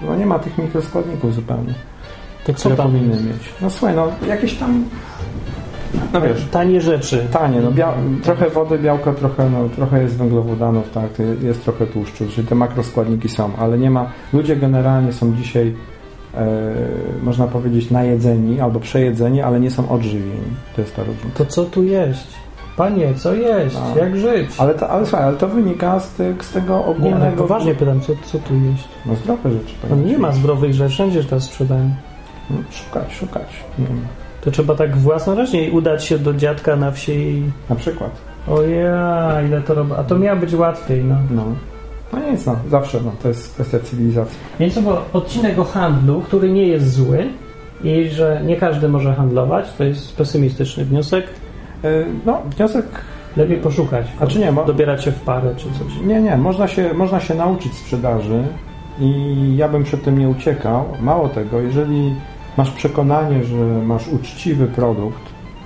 no nie ma tych mikroskładników zupełnie, To co które tam powinny jest? mieć. No słuchaj, no jakieś tam, no wiesz, Tanie rzeczy. tanie, no trochę wody, białka, trochę jest węglowodanów, tak, jest trochę tłuszczu, czyli te makroskładniki są, ale nie ma, ludzie generalnie są dzisiaj można powiedzieć najedzeni albo przejedzeni, ale nie są odżywieni. To jest ta różnica. To co tu jeść? Panie, co jeść? No. Jak żyć? Ale słuchaj, ale to wynika z tego Nie, ale ogólnego... poważnie pytam, co tu jeść? No zdrowe rzeczy. No nie ma zdrowych rzeczy, wszędzie teraz sprzedają. No, szukać. To trzeba tak własnoręcznie udać się do dziadka na wsi i... Na przykład. Oja, ile to robi. A to miało być łatwiej, no. No nic, no. Zawsze, to jest kwestia cywilizacji. Więc to był odcinek o handlu, który nie jest zły i że nie każdy może handlować. To jest pesymistyczny wniosek. No, wniosek... Lepiej poszukać. A czy nie? Dobierać się w parę czy coś. Nie. Można się nauczyć sprzedaży i ja bym przed tym nie uciekał. Mało tego, jeżeli masz przekonanie, że masz uczciwy produkt,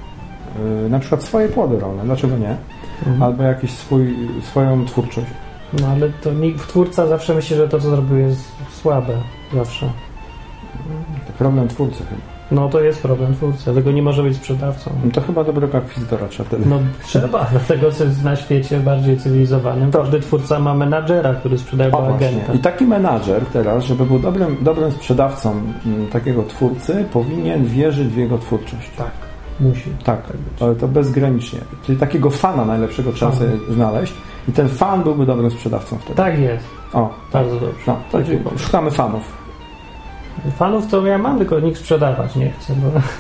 na przykład swoje płody rolne, dlaczego nie? Albo jakiś swoją twórczość. No ale to twórca zawsze myśli, że to co zrobił jest słabe. Zawsze. To problem twórcy chyba. No to jest problem twórcy, tego nie może być sprzedawcą. No to chyba dobrego akwizytora trzeba wtedy. No trzeba, dlatego że na świecie bardziej cywilizowanym każdy twórca ma menadżera, który sprzedaje do agenta. I taki menadżer teraz, żeby był dobrym sprzedawcą takiego twórcy, powinien wierzyć w jego twórczość. Tak, musi. Tak, ale to bezgranicznie. Czyli takiego fana najlepszego trzeba sobie znaleźć i ten fan byłby dobrym sprzedawcą wtedy. Tak jest. O, bardzo dobrze. No, to szukamy fanów. Fanów to ja mam, tylko nikt sprzedawać nie chce.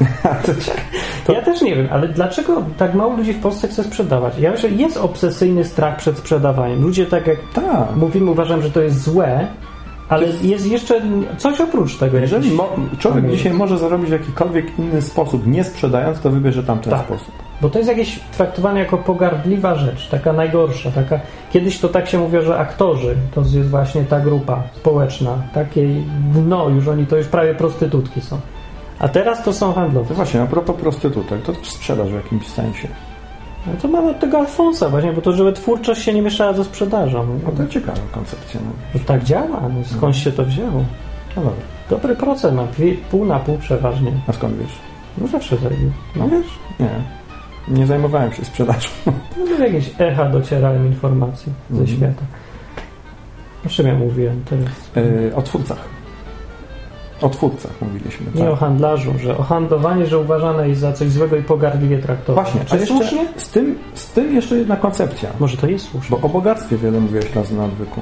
Bo... Ja też nie wiem, ale dlaczego tak mało ludzi w Polsce chce sprzedawać? Ja myślę, jest obsesyjny strach przed sprzedawaniem. Ludzie tak jak mówimy, uważają, że to jest złe, ale jest jeszcze coś oprócz tego. Jeżeli człowiek dzisiaj może zarobić w jakikolwiek inny sposób, nie sprzedając, to wybierze tamten sposób. Bo to jest jakieś traktowane jako pogardliwa rzecz, taka najgorsza. Kiedyś to tak się mówiło, że aktorzy to jest właśnie ta grupa społeczna, takie dno, to już prawie prostytutki są. A teraz to są handlowcy. To właśnie, a propos prostytutek, to też sprzedaż w jakimś sensie. No to mamy od tego Alfonsa właśnie, bo to żeby twórczość się nie mieszała ze sprzedażą. No to ciekawa koncepcja. No tak działa, skąd się to wzięło? No dobra. Dobry procent, pół na pół przeważnie. A skąd wiesz? No zawsze zajmie. No wiesz? Nie zajmowałem się sprzedażą. No jakieś echa docierają informacji ze świata. O czym ja mówiłem teraz? O twórcach. O twórcach mówiliśmy. Nie tak. O handlarzu, że o handlowanie, że uważane jest za coś złego i pogardliwie traktowane. Właśnie, czy słusznie? Z tym jeszcze jedna koncepcja. Może to jest słuszne. Bo o bogactwie wiele mówiłeś raz na odwyku.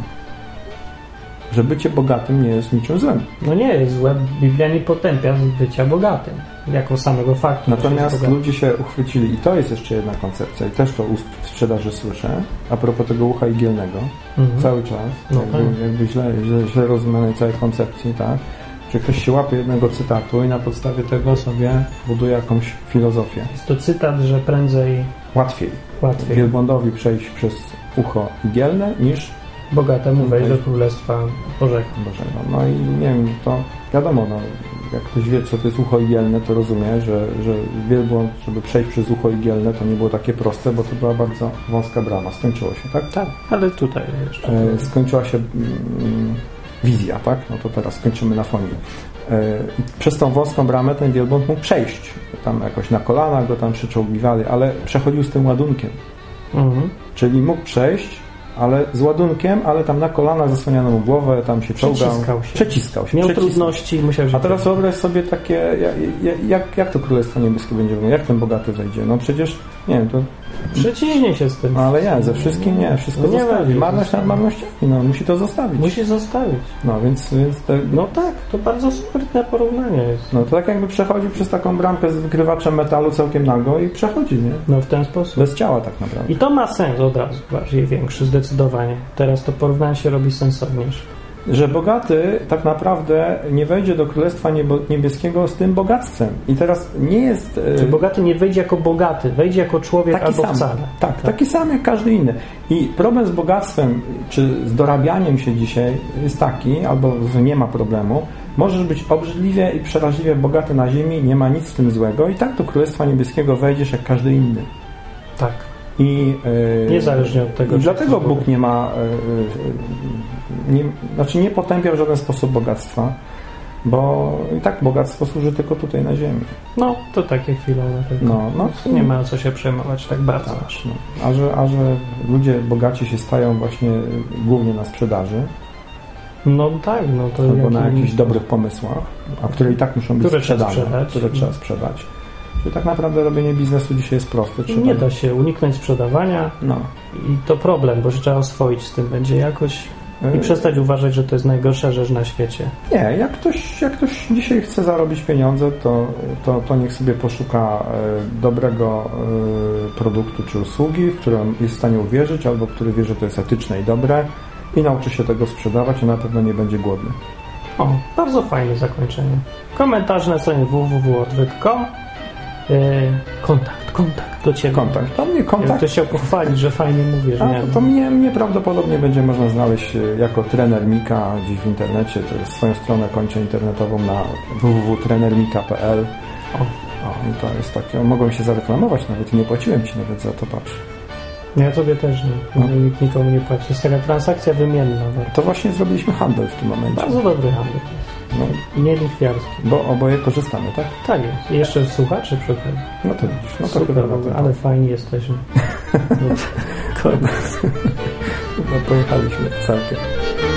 Że bycie bogatym nie jest niczym złym. No nie jest złe. Biblia nie potępia bycia bogatym. Jako samego faktu. Natomiast ludzie się uchwycili i to jest jeszcze jedna koncepcja i też to u sprzedaży słyszę a propos tego ucha igielnego cały czas. Jakby źle rozumianej całej koncepcji, tak? Że ktoś się łapie jednego cytatu i na podstawie tego sobie buduje jakąś filozofię. Jest to cytat, że prędzej łatwiej. Wielbłądowi przejść przez ucho igielne niż bogatemu wejść do Królestwa Bożego. No i nie wiem, to wiadomo, jak ktoś wie, co to jest ucho igielne, to rozumie, że wielbłąd, żeby przejść przez ucho igielne, to nie było takie proste, bo to była bardzo wąska brama. Skończyło się, tak? Tak, ale tutaj jeszcze. Skończyła się wizja, tak? No to teraz skończymy na fonie. I przez tą wąską bramę ten wielbłąd mógł przejść. Tam jakoś na kolanach go tam przyczołgiwali, ale przechodził z tym ładunkiem. Czyli mógł przejść, ale z ładunkiem, ale tam na kolanach zasłaniano mu głowę, tam się czołgał. Przeciskał się. Miał trudności, musiał się... A teraz wyobraź sobie takie, jak to Królestwo Niebieskie będzie wyglądać? Jak ten bogaty wejdzie? No przecież, nie wiem, to... Przeciśnie się z tym. No ale nie, ze wszystkim nie, wszystko zostawi. Marność nad marnościami, musi to zostawić. Musi zostawić. No więc No tak, to bardzo sprytne porównanie jest. No to tak jakby przechodził przez taką bramkę z wykrywaczem metalu całkiem nago i przechodzi, nie? No w ten sposób. Bez ciała tak naprawdę. I to ma sens od razu, bardziej większy, zdecydowanie. Teraz to porównanie się robi sensowniejsze. Że bogaty tak naprawdę nie wejdzie do Królestwa Niebieskiego z tym bogactwem. I teraz nie jest... Czy bogaty nie wejdzie jako bogaty, wejdzie jako człowiek albo sam. wcale. Tak, taki sam jak każdy inny. I problem z bogactwem, czy z dorabianiem się dzisiaj jest taki, albo nie ma problemu, możesz być obrzydliwie i przeraźliwie bogaty na ziemi, nie ma nic w tym złego i tak do Królestwa Niebieskiego wejdziesz jak każdy inny. Tak. I niezależnie od tego. I dlatego Bóg nie ma nie potępiam w żaden sposób bogactwa, bo i tak bogactwo służy tylko tutaj na ziemi. No, to takie chwilowe. Nie ma co się przejmować tak bardzo. Tak, no. A że ludzie bogaci się stają właśnie głównie na sprzedaży. No tak, no to albo na jakichś dobrych pomysłach, a które i tak muszą być sprzedane, które trzeba sprzedać. Czyli tak naprawdę robienie biznesu dzisiaj jest proste. Nie da się uniknąć sprzedawania i to problem, bo się trzeba oswoić z tym będzie jakoś i przestać uważać, że to jest najgorsza rzecz na świecie. Nie, jak ktoś dzisiaj chce zarobić pieniądze, to niech sobie poszuka dobrego produktu czy usługi, w którym jest w stanie uwierzyć, albo który wie, że to jest etyczne i dobre i nauczy się tego sprzedawać, a na pewno nie będzie głodny. O, bardzo fajne zakończenie. Komentarz na stronie www.odwyk.com. Kontakt do Ciebie. Kontakt. Do mnie kontakt. Ja ktoś chciał pochwalić, że fajnie mówisz. To mnie prawdopodobnie będzie można znaleźć jako trener Mika gdzieś w internecie. To jest swoją stronę kończę internetową na www.trenermika.pl. I to jest takie, mogłem się zareklamować nawet i nie płaciłem Ci nawet za to, patrz. Ja Tobie też nie. Nikt nikomu nie płaci. Jest taka transakcja wymienna. To właśnie zrobiliśmy handel w tym momencie. Bardzo dobry handel. Nie lichwiarski. Bo oboje korzystamy, tak? Tak jest. I jeszcze słuchaczy przy okazji. No to widzisz. No to super, ale fajni jesteśmy. Koniec. Pojechaliśmy całkiem.